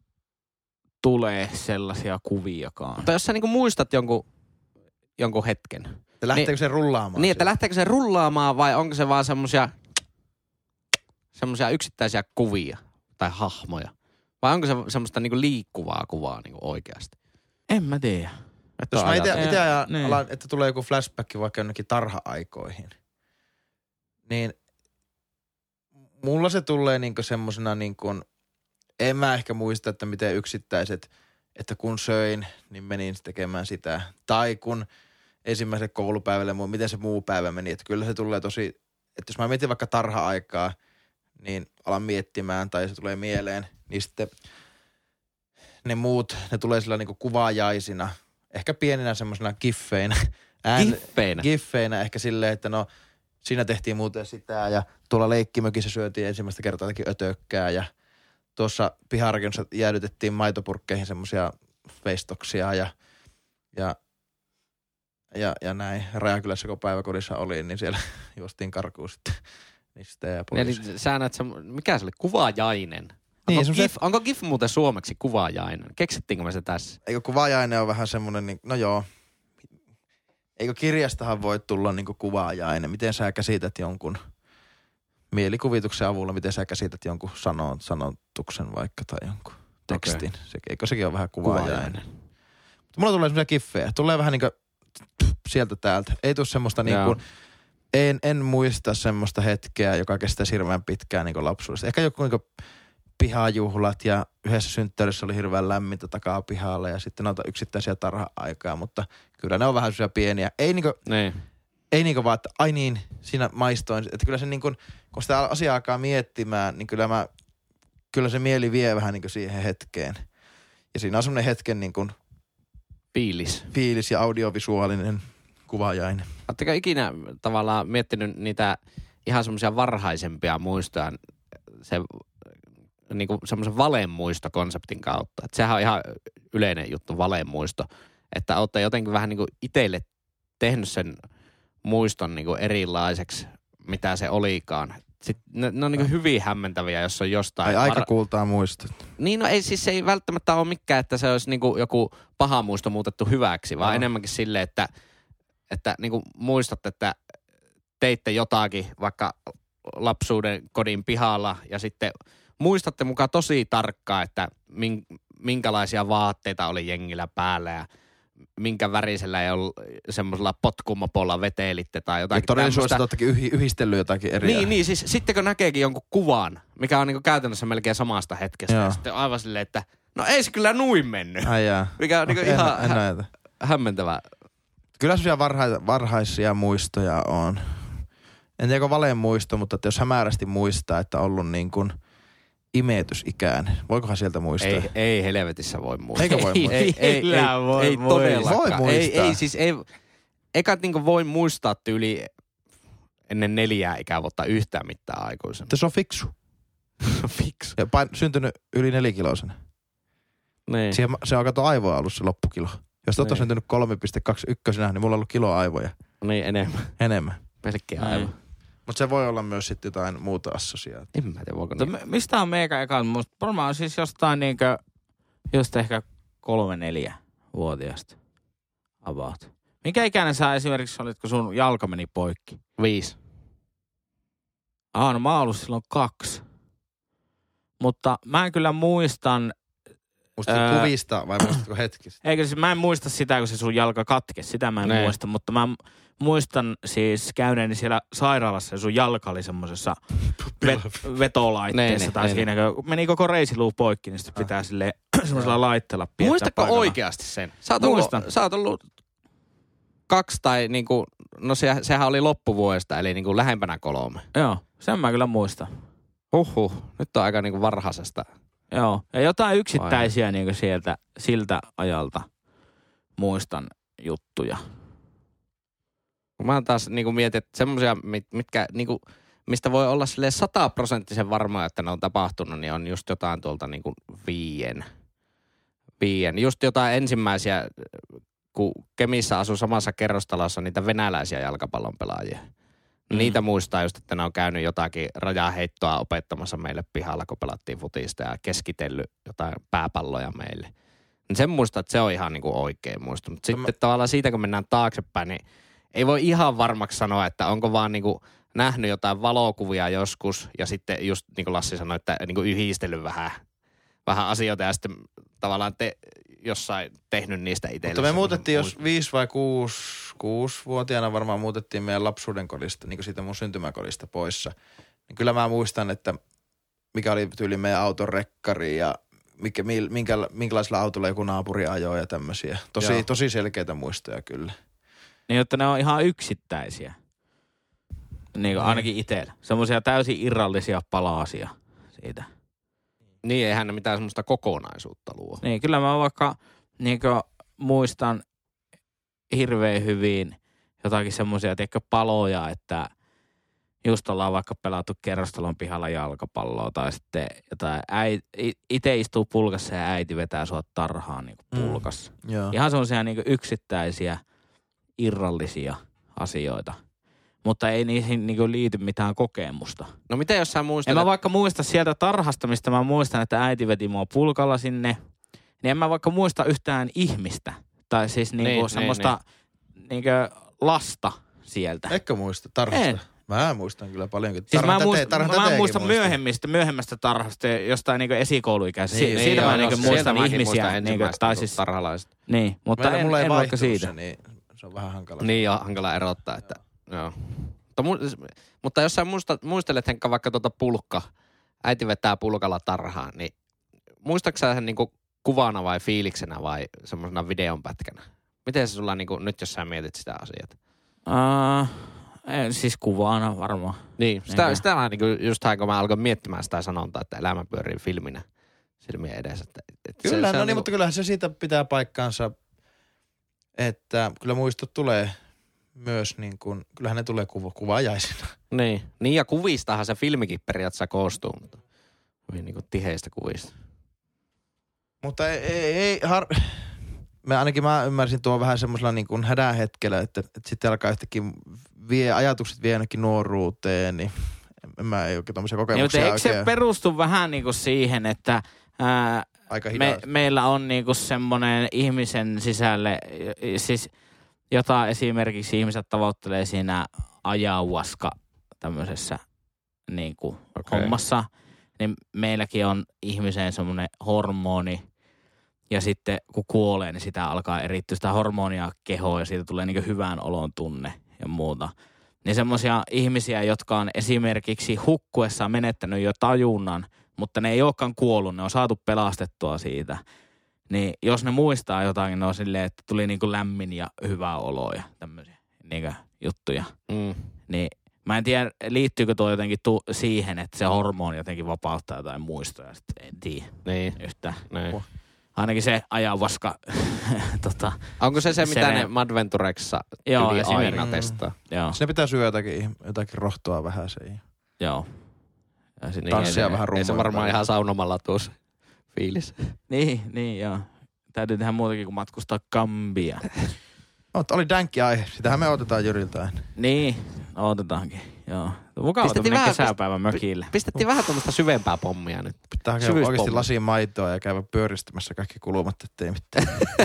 Speaker 2: tulee sellaisia kuviakaan.
Speaker 1: Mutta jos sä niin kuin muistat jonkun, jonkun hetken.
Speaker 3: Että lähteekö
Speaker 1: Niin-
Speaker 3: se rullaamaan?
Speaker 1: Niin, että
Speaker 3: siellä?
Speaker 1: lähteekö se rullaamaan vai onko se vaan semmosia, semmosia yksittäisiä kuvia tai hahmoja? Vai onko se semmoista niinku liikkuvaa kuvaa niinku oikeasti?
Speaker 2: En mä tiedä.
Speaker 1: Että
Speaker 3: Jos
Speaker 1: on
Speaker 3: mä
Speaker 1: ajatellut-
Speaker 3: itse, itse ajan,
Speaker 2: niin.
Speaker 3: alan, että tulee joku flashback vaikka jonnekin tarha-aikoihin, niin mulla se tulee niinku semmosena niinku, en mä ehkä muista, että miten yksittäiset, että kun söin, niin menin tekemään sitä. Tai kun ensimmäiselle koulupäivälle, miten se muu päivä meni. Että kyllä se tulee tosi, että jos mä mietin vaikka tarha-aikaa, niin alan miettimään tai se tulee mieleen, niin sitten ne muut, ne tulee sillä niinku kuvaajaisina, ehkä pieninä semmosena giffeinä. Ään,
Speaker 1: Giffeinä?
Speaker 3: Giffeinä ehkä silleen, että no siinä tehtiin muuten sitä ja tuolla leikkimökissä syötiin ensimmäistä kertaa jotakin ötökkää ja tuossa piharakennuksessa jäädytettiin maitopurkkeihin semmosia veistoksia ja, ja, ja, ja näin. Rajakylässä kun päiväkodissa oli, niin siellä juostiin karkuun sitten niistä ja pois.
Speaker 1: Eli sä näet, se, mikä se oli? Kuvaajainen.
Speaker 3: Niin,
Speaker 1: Onko,
Speaker 3: se on
Speaker 1: GIF,
Speaker 3: se-
Speaker 1: onko GIF muuten suomeksi kuvaajainen? Keksittiinkö me se tässä?
Speaker 3: Eikö kuvaajainen on vähän semmoinen, niin, no joo. Eikö kirjastahan voi tulla niinku kuvaajainen? Miten sä käsität jonkun mielikuvituksen avulla, miten sä käsität jonkun sanon, sanotuksen vaikka tai jonkun tekstin? Okay. Se, eikö sekin ole vähän kuvaajainen?
Speaker 1: Kuvaajainen.
Speaker 3: Mutta mulla tulee semmoisia kiffejä. Tulee vähän niinku sieltä täältä. Ei tule semmoista niinku,
Speaker 1: Joo.
Speaker 3: en, en muista semmoista hetkeä, joka kestää hirveän pitkään niinku lapsuudesta. Ehkä joku niinku pihajuhlat ja yhdessä synttärissä oli hirveän lämmintä takaa pihalla ja sitten noita yksittäisiä tarha-aikaa, mutta kyllä ne on vähän semmoisia pieniä. Ei niinku,
Speaker 1: Niin.
Speaker 3: ei niinku vaan, että ai niin, siinä maistoin. Että kyllä se niinku, kun sitä asiaa alkaa miettimään, niin kyllä mä, kyllä se mieli vie vähän niinku siihen hetkeen. Ja siinä on semmoinen hetken niinku
Speaker 1: Fiilis.
Speaker 3: fiilis ja audiovisuaalinen kuvaajainen.
Speaker 1: Oletteko ikinä tavallaan miettinyt niitä ihan semmoisia varhaisempia muistoja, se niinku semmoisen valemuistokonseptin kautta? Et sehän on ihan yleinen juttu, valemuisto. Että olette jotenkin vähän niinku itselle tehnyt sen muiston niinku erilaiseksi, mitä se olikaan. Sitten ne, ne on niinku hyvin hämmentäviä, jos on jostain...
Speaker 3: Ai aika
Speaker 1: var-
Speaker 3: kultaa muistot.
Speaker 1: Niin, no ei siis se ei välttämättä ole mikään, että se olisi niinku joku paha muisto muutettu hyväksi, vaan
Speaker 3: Joo.
Speaker 1: enemmänkin silleen, että, että niinku muistatte, että teitte jotakin vaikka lapsuuden kodin pihalla ja sitten muistatte mukaan tosi tarkkaan, että min- minkälaisia vaatteita oli jengillä päällä ja minkä värisellä ei ollut semmoisella potkumopolla vetelitte tai
Speaker 3: Ja
Speaker 1: jotakin
Speaker 3: todellisuudessa
Speaker 1: tämmöistä.
Speaker 3: te oottekin yh- yhdistellyt jotakin eri.
Speaker 1: Niin, niin, siis sitten kun näkeekin jonkun kuvan, mikä on niinku käytännössä melkein samasta hetkestä,
Speaker 3: Joo.
Speaker 1: ja sitten on aivan silleen, että no ei se kyllä nuin mennyt.
Speaker 3: Ai jaa.
Speaker 1: Mikä on niinku
Speaker 3: Okei,
Speaker 1: ihan
Speaker 3: en, en
Speaker 1: hä-
Speaker 3: näitä.
Speaker 1: hämmentävää.
Speaker 3: Kyllä semmoisia varha- varhaisia muistoja on. En tiedä, onko valeen muisto, mutta että jos hämärästi muistaa, että on ollut niin kuin imetysikään, voikohan sieltä muistaa?
Speaker 1: Ei, ei helvetissä voi muistaa.
Speaker 3: Eikö voi muistaa?
Speaker 1: Ei, ei, ei,
Speaker 2: Millään voi
Speaker 1: ei
Speaker 2: muistaa.
Speaker 1: todellakaan.
Speaker 3: Voi muistaa.
Speaker 1: Ei, ei siis ei, eikä niinku voi muistaa tyyli ennen neljää ikävuotta yhtään mitään aikuisena.
Speaker 3: Mutta se on fiksu.
Speaker 1: Fiksu.
Speaker 3: Ja pain, syntynyt yli nelikiloisena.
Speaker 1: Niin.
Speaker 3: Siihen, se on kato aivoa ollut se loppukilo. Jos te olette
Speaker 1: Niin.
Speaker 3: syntynyt kolme pilkku kaksikymmentäyksi, niin mulla on ollut kilo aivoja
Speaker 1: Niin enemmän.
Speaker 3: enemmän.
Speaker 1: Pelkkiä
Speaker 2: Niin.
Speaker 1: aivan.
Speaker 3: Mutta se voi olla myös sitten jotain muuta assosiaatiota.
Speaker 1: En mä tiedä, voiko
Speaker 2: Mutta
Speaker 1: niin.
Speaker 2: mi- mistä on meikä eka? Musta varmaan siis jostain niinkö, just ehkä kolme neljä vuotiaasta about. Mikä ikäinen sä esimerkiksi olit, kun sun jalka meni poikki?
Speaker 1: Viisi.
Speaker 2: Ah, no mä oon ollut silloin kaksi. Mutta mä en kyllä muistan...
Speaker 3: Muistatko öö, kuvista vai muistatko hetkistä?
Speaker 2: Eikö siis mä en muista sitä, kun se sun jalka katkesi. Sitä mä en ne. muista, mutta mä muistan siis käyneeni siellä sairaalassa ja sun jalka oli semmosessa vet- vetolaitteessa. Ne, tai ne, siinä, kun meni koko reisiluu poikki, niin sitten pitää silleen semmoisella laitteella piettää
Speaker 1: Muistatko
Speaker 2: paikalla.
Speaker 1: oikeasti sen? Sä oot ollut, sä oot ollut kaksi tai niinku, no se, sehän oli loppuvuodesta, eli niinku lähempänä kolme.
Speaker 2: Joo, sen mä kyllä muistan.
Speaker 1: Huhhuh, nyt on aika niinku varhaisesta.
Speaker 2: Joo, ja jotain yksittäisiä niinku sieltä, siltä ajalta muistan juttuja.
Speaker 1: Mä taas niinku mietin, että semmosia, mitkä niinku, mistä voi olla silleen sataprosenttisen varmaa, että ne on tapahtunut, niin on just jotain tuolta niinku viien. Viien. Just jotain ensimmäisiä, kun Kemissä asui samassa kerrostalossa niitä venäläisiä jalkapallon pelaajia. Mm. Niitä muistaa just, että ne on käynyt jotakin rajaheittoa opettamassa meille pihalla, kun pelattiin futista ja keskitellyt jotain pääpalloja meille. Niin sen muistaa, että se on ihan niinku oikein muistunut. Sitten mä... tavallaan siitä, kun mennään taaksepäin, niin ei voi ihan varmaksi sanoa, että onko vaan niinku nähnyt jotain valokuvia joskus ja sitten just niin kuin Lassi sanoi, että niinku yhdistellyt vähän, vähän asioita ja sitten tavallaan te jossain tehnyt niistä itsellensä.
Speaker 3: Mutta me muutettiin, jos viisi vai kuusi, kuusivuotiaana varmaan muutettiin meidän lapsuuden kodista, niin kuin siitä mun syntymäkodista poissa. Niin kyllä mä muistan, että mikä oli tyyli meidän auton rekkari ja mikä, minkä, minkälaisella autolla joku naapuri ajoi ja tämmöisiä. Tosi, tosi selkeitä muistoja kyllä.
Speaker 2: Niin, että ne on ihan yksittäisiä. Niin kuin ainakin itsellä. Semmoisia täysin irrallisia palasia siitä.
Speaker 1: Niin, eihän ne mitään semmoista kokonaisuutta luo.
Speaker 2: Niin, kyllä mä vaikka niin kuin muistan hirveän hyvin jotakin semmoisia, tiedätkö, paloja, että just ollaan vaikka pelattu kerrostalon pihalla jalkapalloa tai sitten jotain, itse istuu pulkassa ja äiti vetää sua tarhaan niin kuin pulkassa. Mm, ihan semmoisia niin kuin yksittäisiä irrallisia asioita. Mutta ei niihin niinku liity mitään kokemusta.
Speaker 1: No miten jos sä muistat?
Speaker 2: En mä vaikka muista sieltä tarhasta, mistä mä muistan, että äiti veti mua pulkalla sinne. Niin en mä vaikka muista yhtään ihmistä. Tai siis niinku niin, semmoista niin, niinku lasta sieltä.
Speaker 3: Eikö muista tarhasta? En. Mä muistan kyllä paljonkin.
Speaker 2: Siis mä, muist, te, mä muistan myöhemmistä, myöhemmästä tarhasta, jostain niinku esikouluikäisestä. Niin, siitä niin, mä niinku muistan ihmisiä. Niinku, tai siis
Speaker 1: tarhalaiset.
Speaker 2: Niin, mutta en,
Speaker 3: mulla ei
Speaker 2: en vaikka siitä.
Speaker 3: Se, niin se on vähän hankala.
Speaker 1: Niin on hankala erottaa, että joo. Mutta, mu- mutta jos sä muistat, muistelet Henkka vaikka tuota pulkka, äiti vetää pulkalla tarhaan, niin muistatko sä sen niinku kuvana vai fiiliksenä vai semmoisena videonpätkänä? Miten se sulla niinku, nyt jos sä mietit sitä asiaa?
Speaker 2: Uh, siis kuvana varmaan.
Speaker 1: Niin, sitä, sitä mä niinku just hän, kun mä alkoin miettimään sitä sanontaa, että elämä pyörii filminä silmien edessä. Että, että
Speaker 3: kyllä,
Speaker 1: se,
Speaker 3: no
Speaker 1: se
Speaker 3: niin,
Speaker 1: niinku...
Speaker 3: mutta kyllähän se siitä pitää paikkaansa, että kyllä muistot tulee myös niin kuin, kyllähän ne tulee kuva, kuvaajaisina.
Speaker 1: Niin. niin, ja kuvistahan se filmikin periaatteessa koostuu, mutta hyvin niin kuin tiheistä kuvista.
Speaker 3: Mutta ei, ei, ei har... Mä ainakin mä ymmärsin tuon vähän semmoisella niin kuin hädän hetkellä, että, että sitten alkaa yhtäkkiä vie, ajatukset vie ainakin nuoruuteen, niin en mä ei oikein tommosia kokemuksia
Speaker 2: niin,
Speaker 3: oikein.
Speaker 2: Eikö se perustu vähän niin kuin siihen, että ää, me, meillä on niin kuin semmoinen ihmisen sisälle, siis jota esimerkiksi ihmiset tavoittelee siinä ayahuasca tämmöisessä niin kuin okay. hommassa, niin meilläkin on ihmiseen semmoinen hormoni, ja sitten kun kuolee, niin sitä alkaa erittyä sitä hormonia kehoon, ja siitä tulee niin kuin hyvän olon tunne ja muuta. Niin semmoisia ihmisiä, jotka on esimerkiksi hukkuessaan menettänyt jo tajunnan, mutta ne ei olekaan kuollut, ne on saatu pelastettua siitä. Niin jos ne muistaa jotakin, ne on silleen, että tuli niinku lämmin ja hyvä olo ja tämmöisiä niinku juttuja. Mm. Niin mä en tiedä, liittyykö tuo jotenkin tu- siihen, että se hormoni jotenkin vapauttaa jotain muistoja. Sitten en tiedä
Speaker 1: niin.
Speaker 2: yhtään.
Speaker 1: Niin.
Speaker 2: Ainakin se ayahuasca. tota,
Speaker 1: Onko se se, mitä se ne Madventurexissa yli aina testaa?
Speaker 3: Mm. Joo. Sinne pitää syödä jotakin, jotakin rohtoa vähän se.
Speaker 2: Joo.
Speaker 3: Ja sitten niin, tanssia vähän rummaa.
Speaker 1: Ei se varmaan ihan saunomalla tuossa fiilis.
Speaker 2: Niin, niin joo. Täytyy tehdä muutakin kuin matkustaa Gambia.
Speaker 3: Oli dänkki aihe. Sitähän me otetaan Jyriltä aina.
Speaker 2: Niin, otetaankin. Joo. Mukava tämmöinen kesäpäivä mökille.
Speaker 1: Pistettiin vähän tuommoista syvempää pommia nyt.
Speaker 3: Pitää hakea oikeasti lasiin maitoa ja käydä pyöristämässä kaikki kulumat, ettei mitään.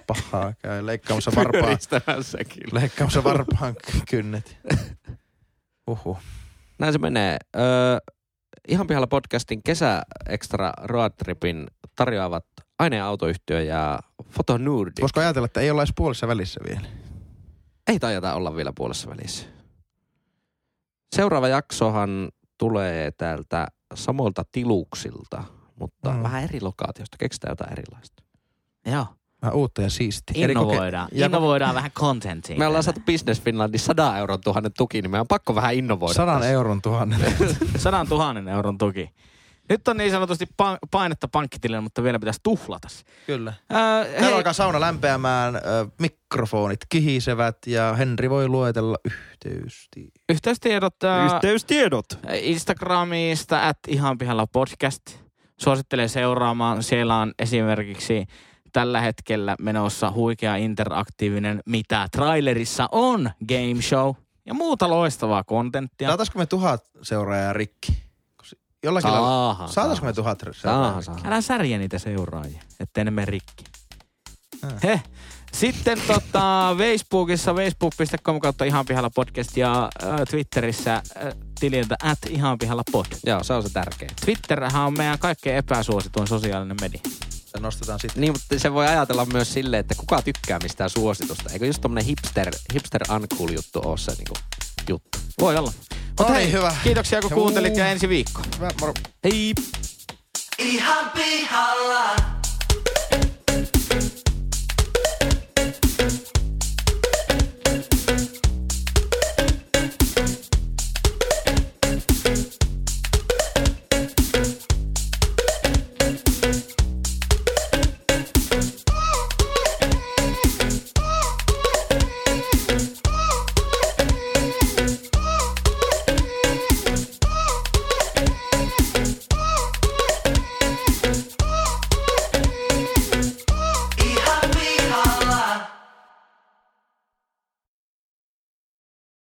Speaker 3: pahaa käy. Leikkaamassa varpaan.
Speaker 1: Pyöristämässä kyllä.
Speaker 3: Leikkaamassa varpaan kynnet. Uhuh.
Speaker 1: Näin se menee. Öö, Ihan pihalla podcastin kesä-extra roadtripin tarjoavat aineautoyhtiö ja Fotonordic.
Speaker 3: Voisiko ajatella, että ei olla edes puolessa välissä vielä?
Speaker 1: Ei tajata olla vielä puolessa välissä. Seuraava jaksohan tulee täältä samoilta tiluksilta, mutta mm. vähän eri lokaatiosta. Keksitään jotain erilaista.
Speaker 2: Joo.
Speaker 3: Vähän uutta ja siistiä.
Speaker 2: Innovoidaan.
Speaker 3: Ja
Speaker 2: Innovoidaan vähän contentia.
Speaker 1: Me ollaan saatu Business Finlandin sadan euron tuhannen tuki, niin meidän on pakko vähän innovoida.
Speaker 3: Sadan tässä. euron tuhannen.
Speaker 2: Sadan tuhannen euron tuki. Nyt on niin sanotusti pa- painetta pankkitilille, mutta vielä pitäisi tuhlata.
Speaker 3: Kyllä.
Speaker 2: Äh,
Speaker 3: Täällä alkaa sauna lämpeämään, äh, mikrofonit kihisevät ja Henri voi luetella yhteystiedot.
Speaker 2: Yhteystiedot. Äh,
Speaker 1: Yhteystiedot.
Speaker 2: Instagramista at ihan pihalla podcast. Suosittelen seuraamaan. Siellä on esimerkiksi tällä hetkellä menossa huikea interaktiivinen, mitä trailerissa on, game show ja muuta loistavaa kontenttia.
Speaker 3: Saataisiko me tuhat seuraajaa rikki? Jollakin
Speaker 1: Saahan.
Speaker 3: Saataisiko me tuhat seuraajaa?
Speaker 2: Älä särjä niitä seuraajia, ettei ne mene rikki. He. Sitten tota, Facebookissa facebook piste com kautta ihan pihalla podcast ja äh, Twitterissä äh, tililtä at ihan pihalla pod.
Speaker 1: Joo, se on se tärkeä.
Speaker 2: Twitterhän on meidän kaikkein epäsuosituin sosiaalinen media.
Speaker 3: Se nostetaan sitten.
Speaker 1: Niin, mutta se voi ajatella myös silleen, että kuka tykkää mistään suositusta. Eikö just tommonen hipster, hipster uncool juttu ole se niinku juttu?
Speaker 2: Voi olla. Mutta
Speaker 3: No
Speaker 2: hei,
Speaker 3: niin, hyvä.
Speaker 2: Kiitoksia kun
Speaker 3: Juu.
Speaker 2: kuuntelit ja ensi viikko.
Speaker 3: Hyvä, moro.
Speaker 2: Hei!
Speaker 5: Ihan pihalla.